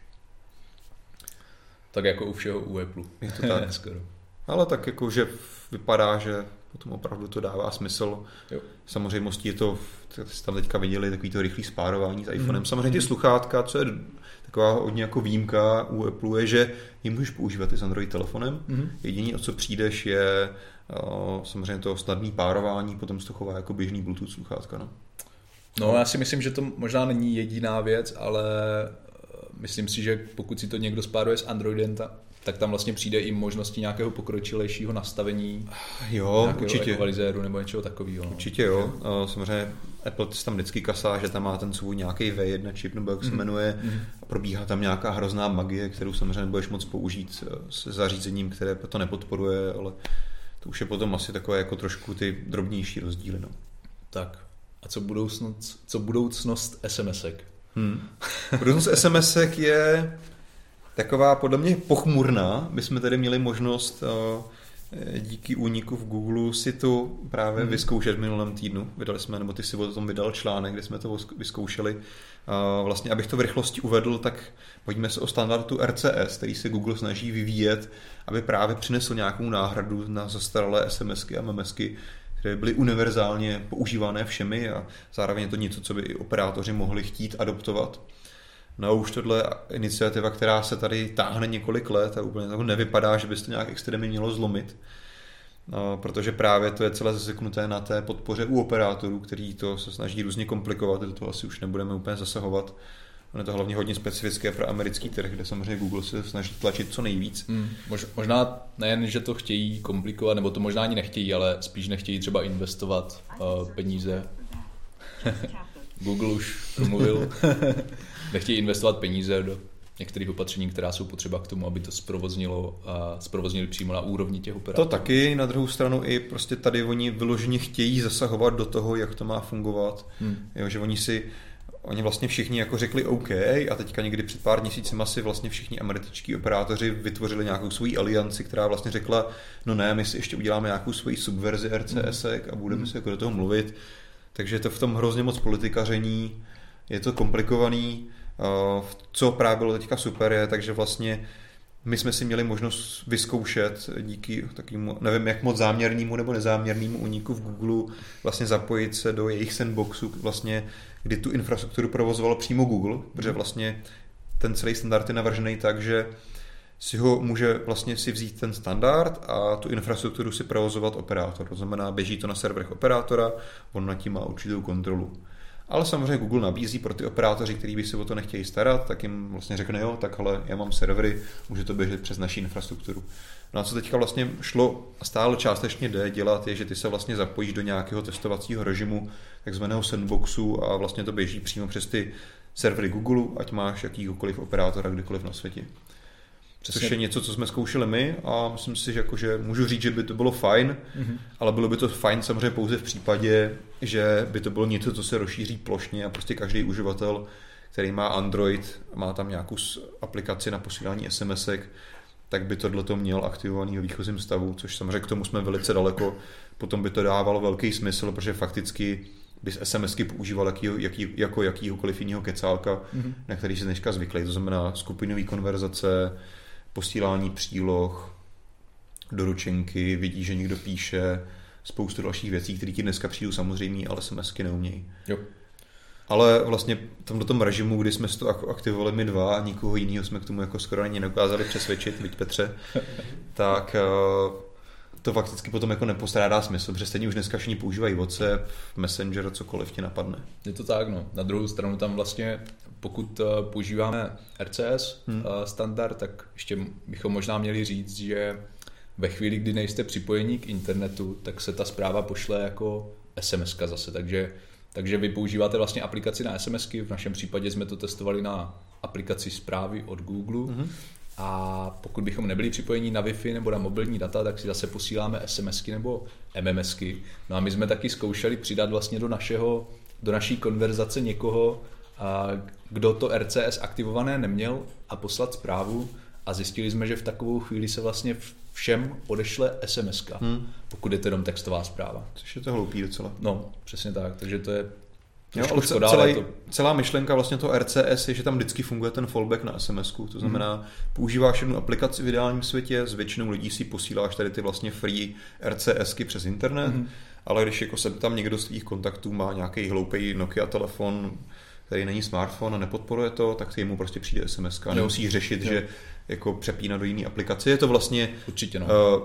Tak jako u všeho u Apple. Je to tak. Skoro. Ale tak jako, že vypadá, že potom opravdu to dává smysl. Jo. Samozřejmostí je to, jste tam teďka viděli, takový to rychlý spárování s iPhonem. Mm. Samozřejmě ty sluchátka, co je taková hodně jako výjimka u Apple, je, že ji můžeš používat i s Android telefonem. Mm. Jediné, o co přijdeš, je uh, samozřejmě to snadné párování, potom se to chová jako běžný Bluetooth sluchátka. No. no, já si myslím, že to možná není jediná věc, ale myslím si, že pokud si to někdo spáruje s Androidem, ta, tak tam vlastně přijde i možnosti nějakého pokročilejšího nastavení, jo, nějakého určitě. ekvalizéru nebo něčeho takového. No. Určitě jo. Samozřejmě Apple tam vždycky kasá, že tam má ten svůj nějaký V jedna čip, nebo jak se mm. jmenuje, mm. a probíhá tam nějaká hrozná magie, kterou samozřejmě nebudeš moc použít s zařízením, které to nepodporuje, ale to už je potom asi takové jako trošku ty drobnější rozdíly. No. Tak. A co budoucnost, co budoucnost SMSek? Hmm. Budoucnost SMSek je taková podle mě pochmurná. My jsme tady měli možnost díky úniku v Google si to právě hmm. vyzkoušet v minulém týdnu. Vydali jsme, nebo ty si o tom vydal článek, kde jsme to vyzkoušeli. Vlastně, abych to v rychlosti uvedl, tak pojďme se o standardu R C S, který se Google snaží vyvíjet, aby právě přinesl nějakou náhradu na zastaralé SMSky a MMSky, které byly univerzálně používané všemi a zároveň je to něco, co by i operátoři mohli chtít adoptovat. No už tohle iniciativa, která se tady táhne několik let a úplně tak nevypadá, že by se to nějak extrémně mělo zlomit, no, protože právě to je celé zaseknuté na té podpoře u operátorů, kteří to se snaží různě komplikovat, do toho asi už nebudeme úplně zasahovat. On je to hlavně hodně specifické pro americký trh, kde samozřejmě Google se snaží tlačit co nejvíc. Hmm, možná nejen, že to chtějí komplikovat, nebo to možná ani nechtějí, ale spíš nechtějí třeba investovat uh, peníze. Google už promluvil. Nechtějí investovat peníze do některých opatření, která jsou potřeba k tomu, aby to zprovoznilo a zprovoznili přímo na úrovni těch operátorů. To taky, na druhou stranu i prostě tady oni vyloženě chtějí zasahovat do toho, jak to má fungovat. Hmm. Jo, že oni si Oni vlastně všichni jako řekli OK a teďka někdy před pár měsícima si vlastně všichni američtí operátoři vytvořili nějakou svoji alianci, která vlastně řekla, no ne, my si ještě uděláme nějakou svoji subverzi RCSek a budeme mm. si jako do toho mluvit. Takže je to v tom hrozně moc politikaření, je to komplikovaný. Co právě bylo teďka super je, takže vlastně my jsme si měli možnost vyzkoušet díky takovému, nevím jak moc záměrnému nebo nezáměrnému úniku v Google, vlastně zapojit se do jejich sandboxu, vlastně, kdy tu infrastrukturu provozoval přímo Google, protože vlastně ten celý standard je navržený tak, že si ho může vlastně si vzít ten standard a tu infrastrukturu si provozovat operátor. To znamená, běží to na serverech operátora, on nad tím má určitou kontrolu. Ale samozřejmě Google nabízí pro ty operátoři, kteří by se o to nechtějí starat, tak jim vlastně řekne, jo, tak ale já mám servery, může to běžet přes naši infrastrukturu. No a co teďka vlastně šlo a stále částečně jde dělat, je, že ty se vlastně zapojíš do nějakého testovacího režimu, takzvaného sandboxu a vlastně to běží přímo přes ty servery Google, ať máš jakýkoliv operátora kdekoliv na světě. Přesně. Což je něco, co jsme zkoušeli my a myslím si, že, jako, že můžu říct, že by to bylo fajn, mm-hmm. ale bylo by to fajn samozřejmě pouze v případě, že by to bylo něco, co se rozšíří plošně a prostě každý uživatel, který má Android, má tam nějakou aplikaci na posílání SMSek, tak by tohleto měl aktivovaný ve výchozím stavu, což samozřejmě k tomu jsme velice daleko. Potom by to dávalo velký smysl, protože fakticky bys SMSky používal jaký, jaký, jako jakýhokoliv jiného kecálka, mm-hmm. na který si dneška zvyklý. To znamená skupinový konverzace, posílání příloh, doručenky, vidí, že někdo píše, spoustu dalších věcí, které ti dneska přijdou samozřejmě, ale SMSky neumějí. Jo. Ale vlastně tam do tom režimu, kdy jsme to aktivovali my dva a nikoho jiného jsme k tomu jako skoro ani nedokázali přesvědčit, byť Petře, tak to fakticky potom jako nepostrádá smysl, protože stejně už dneska všichni používají WhatsApp, Messenger, cokoliv ti napadne. Je to tak, no. Na druhou stranu tam vlastně, pokud používáme R C S hmm. standard, tak ještě bychom možná měli říct, že ve chvíli, kdy nejste připojení k internetu, tak se ta zpráva pošle jako SMSka zase, takže Takže vy používáte vlastně aplikaci na SMSky, v našem případě jsme to testovali na aplikaci zprávy od Google mm-hmm. a pokud bychom nebyli připojení na Wi-Fi nebo na mobilní data, tak si zase posíláme SMSky nebo MMSky. No a my jsme taky zkoušeli přidat vlastně do našeho, do naší konverzace někoho, a kdo to R C S aktivované neměl a poslat zprávu a zjistili jsme, že v takovou chvíli se vlastně všem odešle SMSka, hmm. pokud je to jenom textová zpráva. Což je to hloupý docela. No, přesně tak, takže to je jo, ale škoda, celá, to... celá myšlenka vlastně toho R C S je, že tam vždycky funguje ten fallback na SMSku, to znamená, hmm. používáš jednu aplikaci v ideálním světě, s většinou lidí si posíláš tady ty vlastně free RCSky přes internet, hmm. ale když jako se tam někdo z tvých kontaktů má nějaký hloupý Nokia telefon, který není smartphone a nepodporuje to, tak jemu prostě přijde SMSka. Nemusíš řešit, jo. že jako přepínat do jiné aplikace. Je to vlastně určitě no. uh,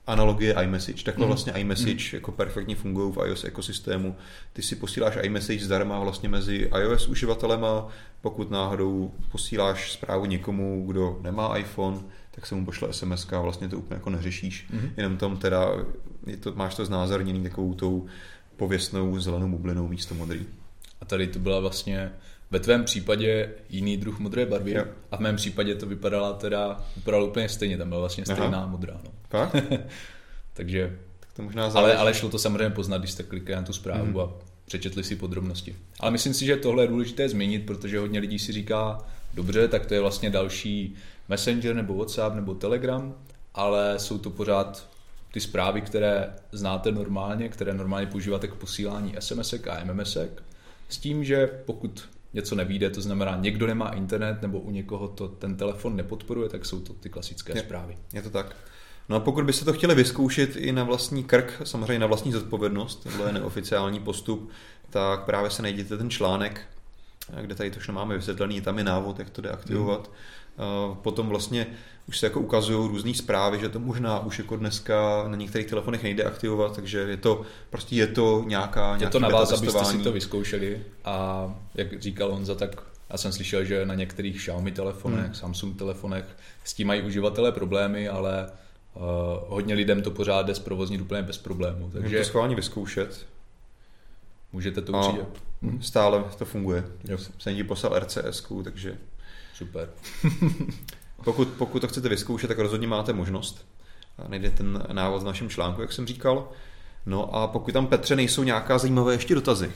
analogie iMessage. Takhle mm. vlastně iMessage mm. jako perfektně fungují v iOS ekosystému. Ty si posíláš iMessage zdarma vlastně mezi iOS uživatelema, pokud náhodou posíláš zprávu někomu, kdo nemá iPhone, tak se mu pošle es em es a vlastně to úplně jako neřešíš. Mm. Jenom tam teda je to, máš to znázorněný takovou tou pověstnou zelenou bublinou místo modrý. A tady to byla vlastně ve tvém případě jiný druh modré barvy, jo. A v mém případě to vypadala teda, vypadalo úplně stejně, tam byla vlastně stejná Aha. modrá. No. Fakt? Takže, tak to možná ale, ale šlo to samozřejmě poznat, když jste klikli na tu zprávu mm. a přečetli si podrobnosti. Ale myslím si, že tohle je důležité změnit, protože hodně lidí si říká, dobře, tak to je vlastně další Messenger nebo WhatsApp nebo Telegram, ale jsou to pořád ty zprávy, které znáte normálně, které normálně používáte k posílání es em esek a em em esek, s tím, že pokud něco nevyjde, to znamená někdo nemá internet nebo u někoho to ten telefon nepodporuje, tak jsou to ty klasické je, zprávy. Je to tak. No a pokud byste to chtěli vyzkoušet i na vlastní krk, samozřejmě na vlastní zodpovědnost, tohle je neoficiální postup, tak právě se najděte ten článek, kde tady to už máme vysvětlený, tam je návod, jak to deaktivovat. Hmm. Potom vlastně už se jako ukazují různé zprávy, že to možná už jako dneska na některých telefonech nejde aktivovat, takže je to prostě je to nějaká je to na vás, abyste si to vyzkoušeli a jak říkal Honza, tak já jsem slyšel, že na některých Xiaomi telefonech, hmm. Samsung telefonech s tím mají uživatelé problémy, ale uh, hodně lidem to pořád jde zprovoznit úplně bez problémů. Takže můžete to schválně vyzkoušet. Můžete to určitě. Stále to funguje. Jo. Jsem ti poslal er cé esku, takže super. Pokud, pokud to chcete vyzkoušet, tak rozhodně máte možnost. Najde ten návod v našem článku, jak jsem říkal. No a pokud tam, Petře, nejsou nějaká zajímavé ještě dotazy?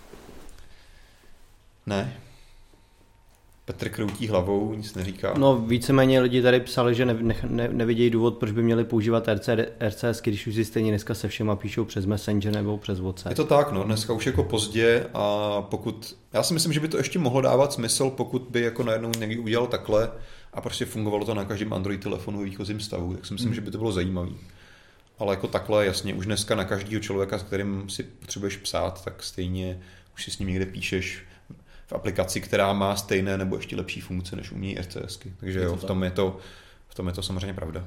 Ne? Petr kroutí hlavou, nic neříká. No víceméně lidi tady psali, že ne, ne, ne, nevidějí důvod, proč by měli používat er cé esky, když už si stejně dneska se všema píšou přes Messenger nebo přes WhatsApp. Je to tak, no, dneska už jako pozdě a pokud, já si myslím, že by to ještě mohlo dávat smysl, pokud by jako najednou někdy udělal takhle a prostě fungovalo to na každém Android telefonu v výchozím stavu, tak si myslím, hmm. že by to bylo zajímavý. Ale jako takhle, jasně, už dneska na každého člověka, s kterým si potřebuješ psát, tak stejně už si s ním někde píšeš v aplikaci, která má stejné nebo ještě lepší funkce, než umějí er cé esky. Takže jo, v tom je to, v tom je to samozřejmě pravda.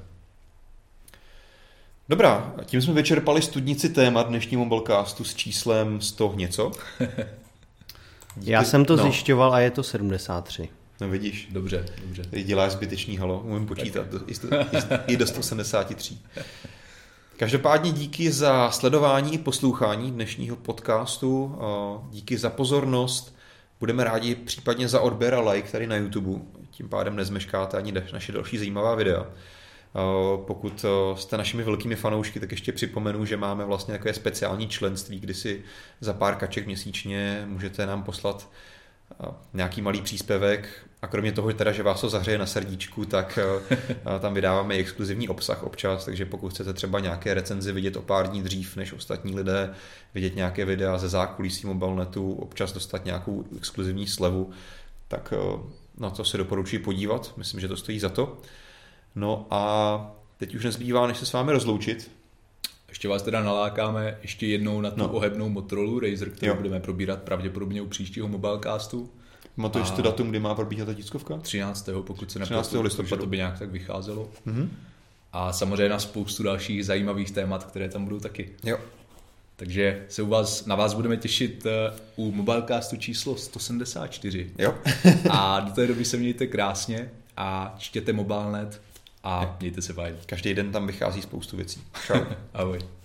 Dobrá, tím jsme vyčerpali studnici téma dnešního Mobilecastu s číslem sto něco. Díky, Já jsem to no. zjišťoval a je to sedmdesát tři. No vidíš. Dobře, dobře. Teď děláš zbytečný halo, umím počítat do, i, sto, i do sto sedmdesát tři. Každopádně díky za sledování i poslouchání dnešního podcastu, díky za pozornost. Budeme rádi případně za odběr a like tady na YouTube, tím pádem nezmeškáte ani naše další zajímavá videa. Pokud jste našimi velkými fanoušky, tak ještě připomenu, že máme vlastně takové speciální členství, kdy si za pár kaček měsíčně můžete nám poslat nějaký malý příspěvek a kromě toho, teda, že vás to zahřeje na srdíčku, tak tam vydáváme i exkluzivní obsah občas, takže pokud chcete třeba nějaké recenzi vidět o pár dní dřív než ostatní lidé, vidět nějaké videa ze zákulisí Mobilnetu, občas dostat nějakou exkluzivní slevu, tak na to se doporučuji podívat, myslím, že to stojí za to. No a teď už nezbývá, než se s vámi rozloučit. Ještě vás teda nalákáme ještě jednou na tu no. ohebnou Motorola Razr, kterou jo. budeme probírat pravděpodobně u příštího Mobilecastu. Pamatuješ to datum, kdy má probíhat ta tiskovka? třináctého pokud se nepletu, že to by nějak tak vycházelo. Mm-hmm. A samozřejmě na spoustu dalších zajímavých témat, které tam budou taky. Jo. Takže se u vás, na vás budeme těšit u Mobilecastu číslo sto sedmdesát čtyři. Jo. A do té doby se mějte krásně a čtěte Mobilnet a mějte se fajn. Každý den tam vychází spoustu věcí. Čau. Ahoj.